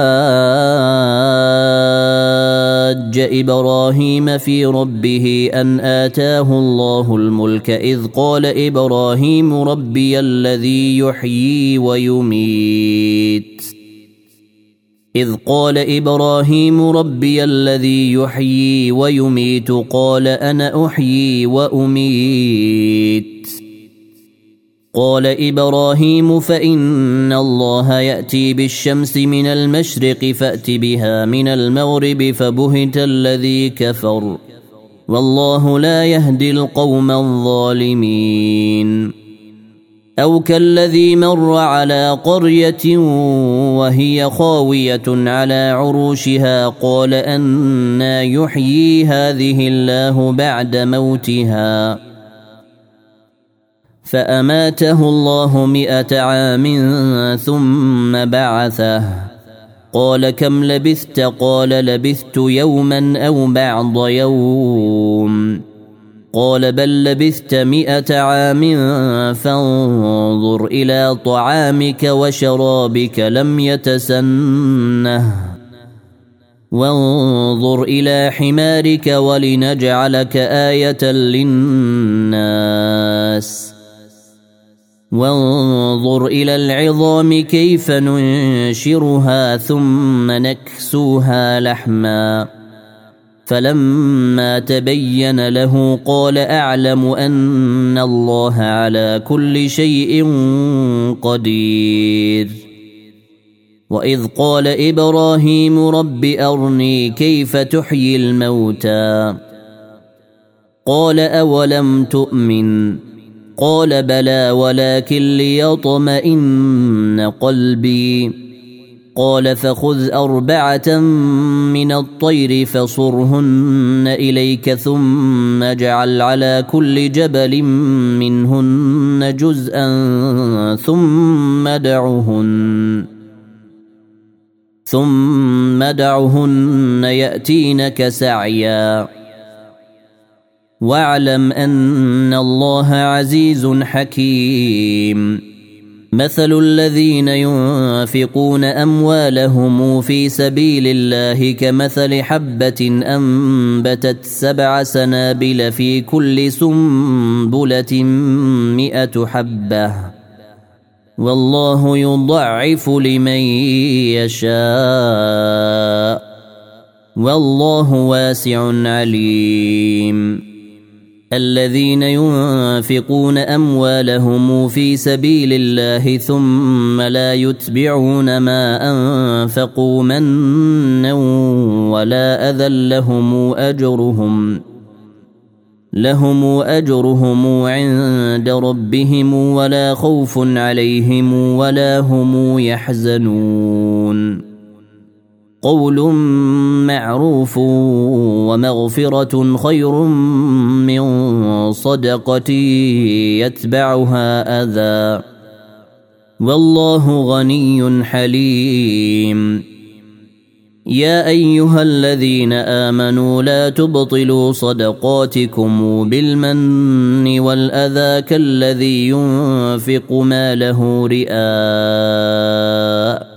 [SPEAKER 1] إبراهيم في ربه أن آتاه الله الملك إذ قال إبراهيم ربي الذي يحيي ويميت قال أنا أحيي وأميت قال إبراهيم فإن الله يأتي بالشمس من المشرق فأت بها من المغرب فبهت الذي كفر والله لا يهدي القوم الظالمين. أو كالذي مر على قرية وهي خاوية على عروشها قال أنى يحيي هذه الله بعد موتها فأماته الله 100 عام ثم بعثه قال كم لبثت قال لبثت يوما أو بعض يوم قال بل لبثت 100 عام فانظر إلى طعامك وشرابك لم يتسنه وانظر إلى حمارك ولنجعلك آية للناس وانظر إلى العظام كيف ننشرها ثم نكسوها لحما فلما تبين له قال أعلم أن الله على كل شيء قدير. وإذ قال إبراهيم رب أرني كيف تحيي الموتى قال أولم تؤمن قال بلى ولكن ليطمئن قلبي قال فخذ 4 من الطير فصرهن إليك ثم اجعل على كل جبل منهن جزءا ثم دعهن يأتينك سعيا واعلم أن الله عزيز حكيم. مثل الذين ينفقون أموالهم في سبيل الله كمثل حبة أنبتت 7 سنابل في كل سنبلة 100 حبة والله يضعف لمن يشاء والله واسع عليم. الذين ينفقون أموالهم في سبيل الله ثم لا يتبعون ما أنفقوا منا ولا أذى لهم أجرهم عند ربهم ولا خوف عليهم ولا هم يحزنون. قول معروف ومغفرة خير من صدقة يتبعها أذى والله غني حليم. يا أيها الذين آمنوا لا تبطلوا صدقاتكم بالمن والأذى كالذي ينفق ماله رئاء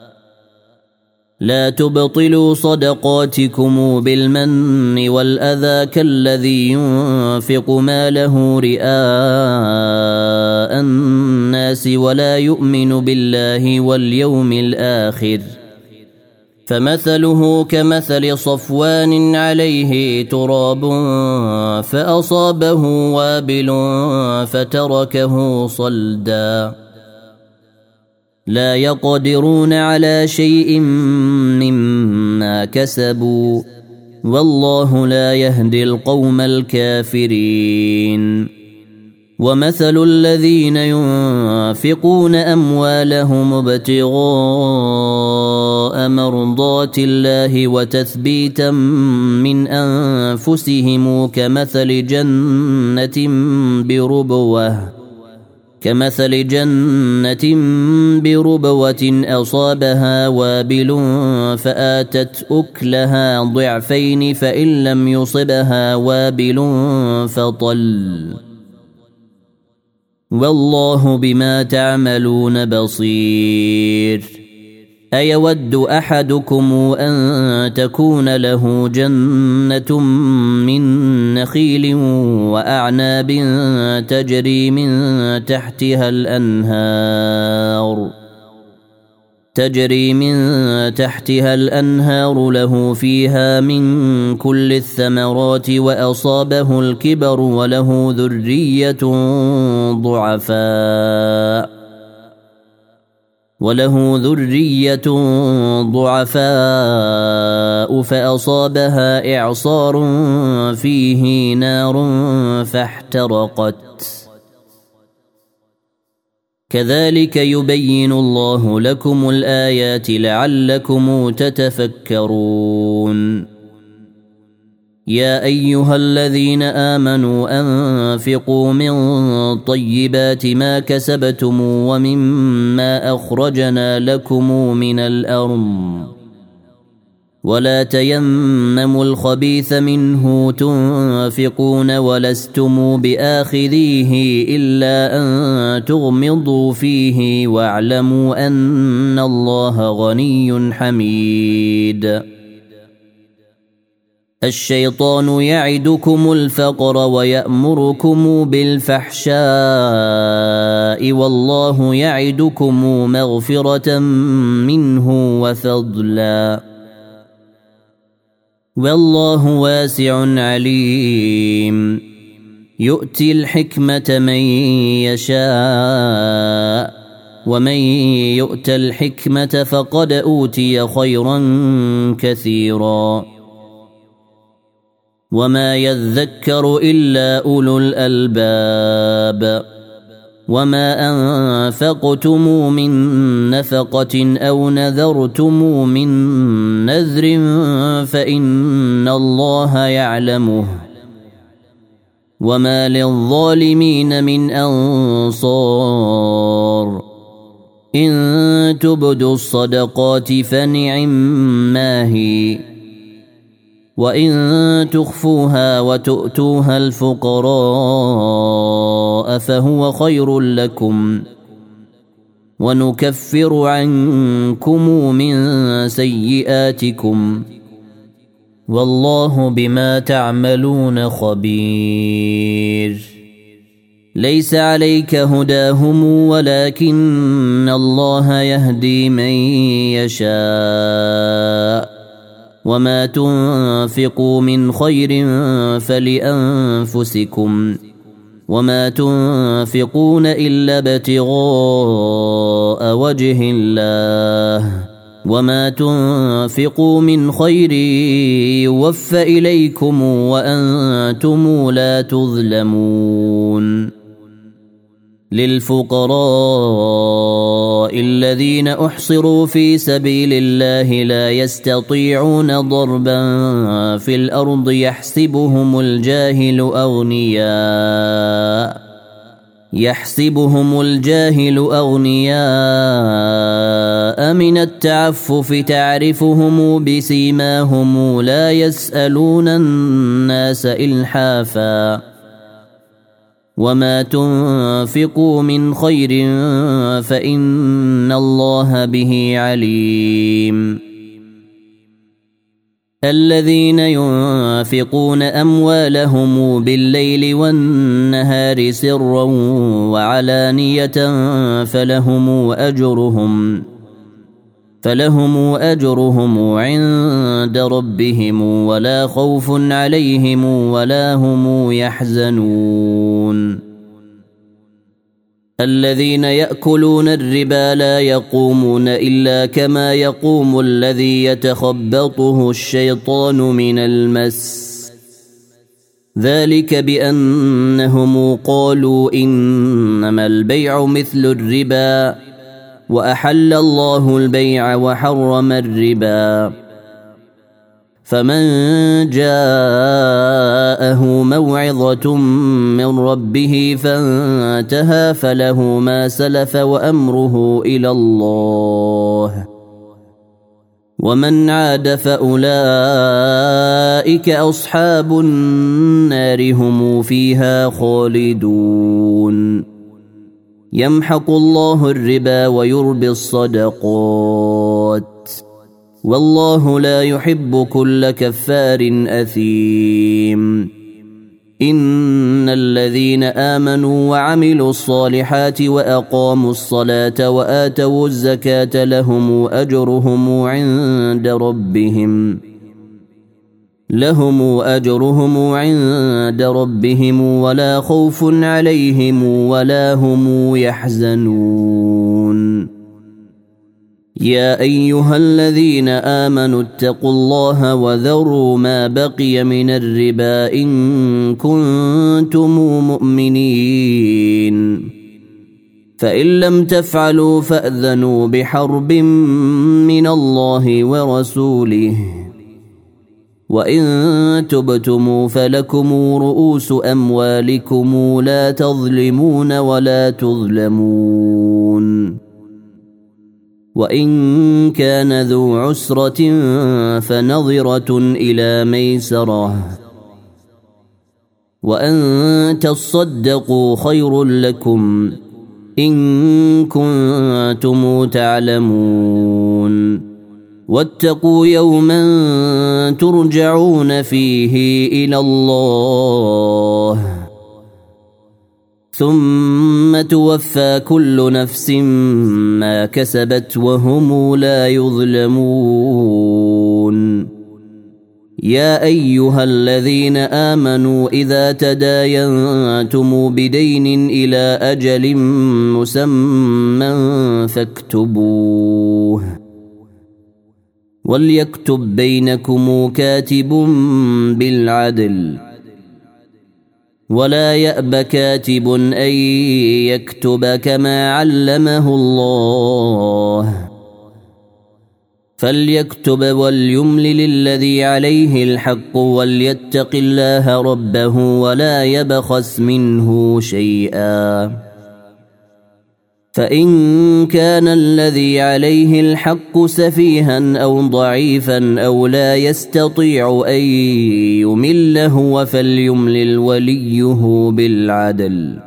[SPEAKER 1] الناس ولا يؤمن بالله واليوم الآخر فمثله كمثل صفوان عليه تراب فأصابه وابل فتركه صلدا لا يقدرون على شيء مما كسبوا والله لا يهدي القوم الكافرين ومثل الذين ينفقون أموالهم ابتغاء مرضات الله وتثبيتا من أنفسهم كمثل جنة بربوة أصابها وابل فآتت أكلها ضعفين فإن لم يصبها وابل فطل والله بما تعملون بصير أيود أحدكم أن تكون له جنة من نخيل وأعناب تجري من تحتها الأنهار له فيها من كل الثمرات وأصابه الكبر وله ذرية ضعفاء فأصابها إعصار فيه نار فاحترقت كذلك يبين الله لكم الآيات لعلكم تتفكرون يا أيها الذين آمنوا أنفقوا من طيبات ما كسبتم ومما أخرجنا لكم من الأرض ولا تيمموا الخبيث منه تنفقون ولستم بآخذيه إلا أن تغمضوا فيه واعلموا أن الله غني حميد الشيطان يعدكم الفقر ويأمركم بالفحشاء والله يعدكم مغفرة منه وفضلا والله واسع عليم يؤتي الحكمة من يشاء ومن يؤت الحكمة فقد أوتي خيرا كثيرا وما يذكر إلا أولو الألباب وما أنفقتم من نفقة أو نذرتم من نذر فإن الله يعلمه وما للظالمين من أنصار إن تبدوا الصدقات فنعما هي وإن تخفوها وتؤتوها الفقراء فهو خير لكم ونكفر عنكم من سيئاتكم والله بما تعملون خبير ليس عليك هداهم ولكن الله يهدي من يشاء وما تنفقوا من خير فلأنفسكم وما تنفقون إلا ابتغاء وجه الله وما تنفقوا من خير يوفى إليكم وأنتم لا تظلمون للفقراء الذين أحصروا في سبيل الله لا يستطيعون ضربا في الأرض يحسبهم الجاهل أغنياء من التعفف تعرفهم بسيماهم لا يسألون الناس إلحافا وما تنفقوا من خير فإن الله به عليم الذين ينفقون أموالهم بالليل والنهار سرا وعلانية فلهم أجرهم عند ربهم ولا خوف عليهم ولا هم يحزنون الذين يأكلون الربا لا يقومون إلا كما يقوم الذي يتخبطه الشيطان من المس ذلك بأنهم قالوا إنما البيع مثل الربا وأحل الله البيع وحرم الربا فمن جاءه موعظة من ربه فانتهى فله ما سلف وأمره إلى الله ومن عاد فأولئك أصحاب النار هم فيها خالدون يمحق الله الربا ويربي الصدقات والله لا يحب كل كفار أثيم إن الذين آمنوا وعملوا الصالحات وأقاموا الصلاة وآتوا الزكاة لهم أجرهم عند ربهم ولا خوف عليهم ولا هم يحزنون يا أيها الذين آمنوا اتقوا الله وذروا ما بقي من الربا إن كنتم مؤمنين فإن لم تفعلوا فأذنوا بحرب من الله ورسوله وإن تبتموا فلكم رؤوس أموالكم لا تظلمون ولا تظلمون وإن كان ذو عسرة فنظرة إلى ميسرة وأن تصدقوا خير لكم إن كنتم تعلمون واتقوا يوما ترجعون فيه إلى الله ثم توفى كل نفس ما كسبت وهم لا يظلمون يا أيها الذين آمنوا إذا تداينتم بدين إلى أجل مسمى فاكتبوه وليكتب بينكم كاتب بالعدل ولا يأب كاتب أن يكتب كما علمه الله فليكتب وليملل الذي عليه الحق وليتق الله ربه ولا يبخس منه شيئا فإن كان الذي عليه الحق سفيها أو ضعيفا أو لا يستطيع أن يمله فليملل وليه بالعدل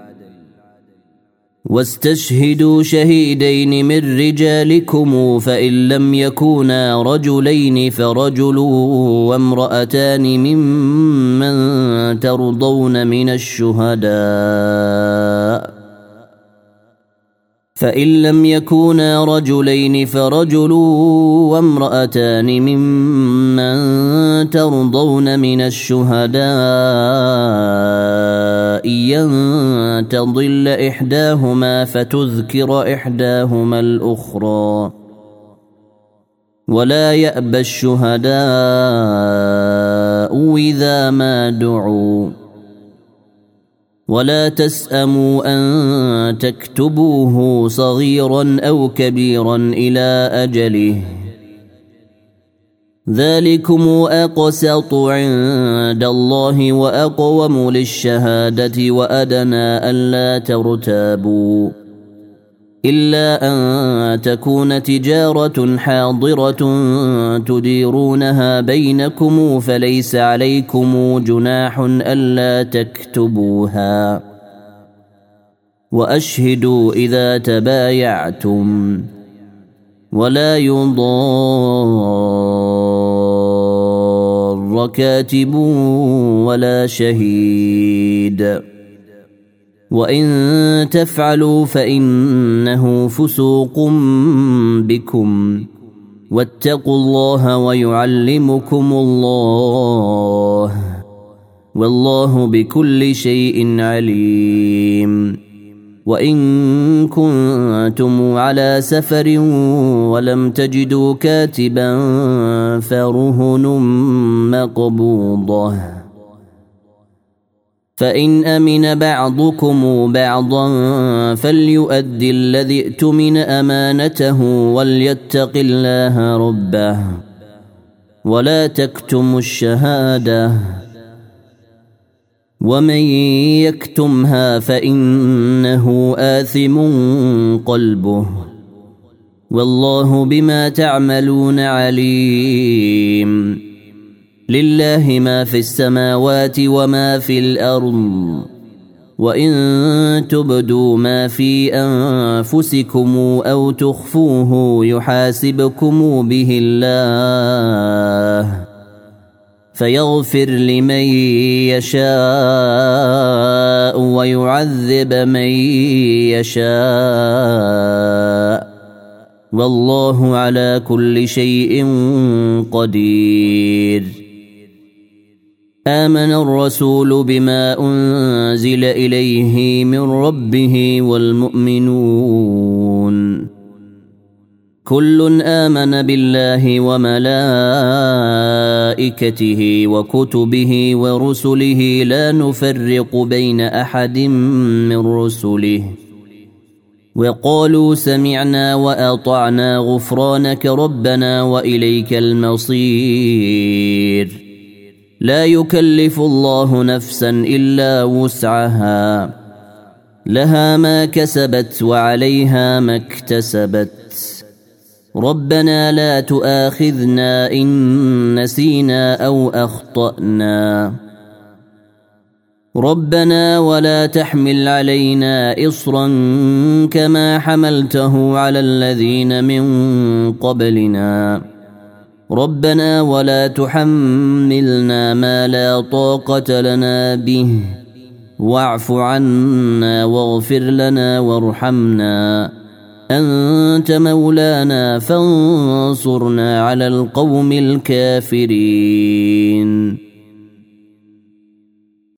[SPEAKER 1] واستشهدوا شهيدين من رجالكم فإن لم يكونا رجلين فرجل وامرأتان ممن ترضون من الشهداء فإن لم يكونا رجلين فرجل وامرأتان ممن ترضون من الشهداء أن تضل إحداهما فتذكر إحداهما الأخرى ولا يأبى الشهداء إذا ما دعوا ولا تسأموا أن تكتبوه صغيرا أو كبيرا إلى أجله ذلكم أقسط عند الله وأقوم للشهادة وأدنى ألا ترتابوا إلا أن تكون تجارة حاضرة تديرونها بينكم فليس عليكم جناح ألا تكتبوها وأشهدوا إذا تبايعتم ولا يضار كاتب ولا شهيد وإن تفعلوا فإنه فسوق بكم واتقوا الله ويعلمكم الله والله بكل شيء عليم وإن كنتم على سفر ولم تجدوا كاتبا فرهن مقبوضة فإن أمن بعضكم بعضا فليؤدي الذي ائتمن أمانته وليتق الله ربه ولا تكتموا الشهادة ومن يكتمها فإنه آثم قلبه والله بما تعملون عليم لله ما في السماوات وما في الأرض وإن تبدوا ما في أنفسكم أو تخفوه يحاسبكم به الله فيغفر لمن يشاء ويعذب من يشاء والله على كل شيء قدير آمن الرسول بما أنزل إليه من ربه والمؤمنون كل آمن بالله وملائكته وكتبه ورسله لا نفرق بين أحد من رسله وقالوا سمعنا وأطعنا غفرانك ربنا وإليك المصير لا يكلف الله نفسا إلا وسعها لها ما كسبت وعليها ما اكتسبت ربنا لا تؤاخذنا إن نسينا أو أخطأنا ربنا ولا تحمل علينا إصرا كما حملته على الذين من قبلنا ربنا ولا تحملنا ما لا طاقة لنا به واعف عنا واغفر لنا وارحمنا أنت مولانا فانصرنا على القوم الكافرين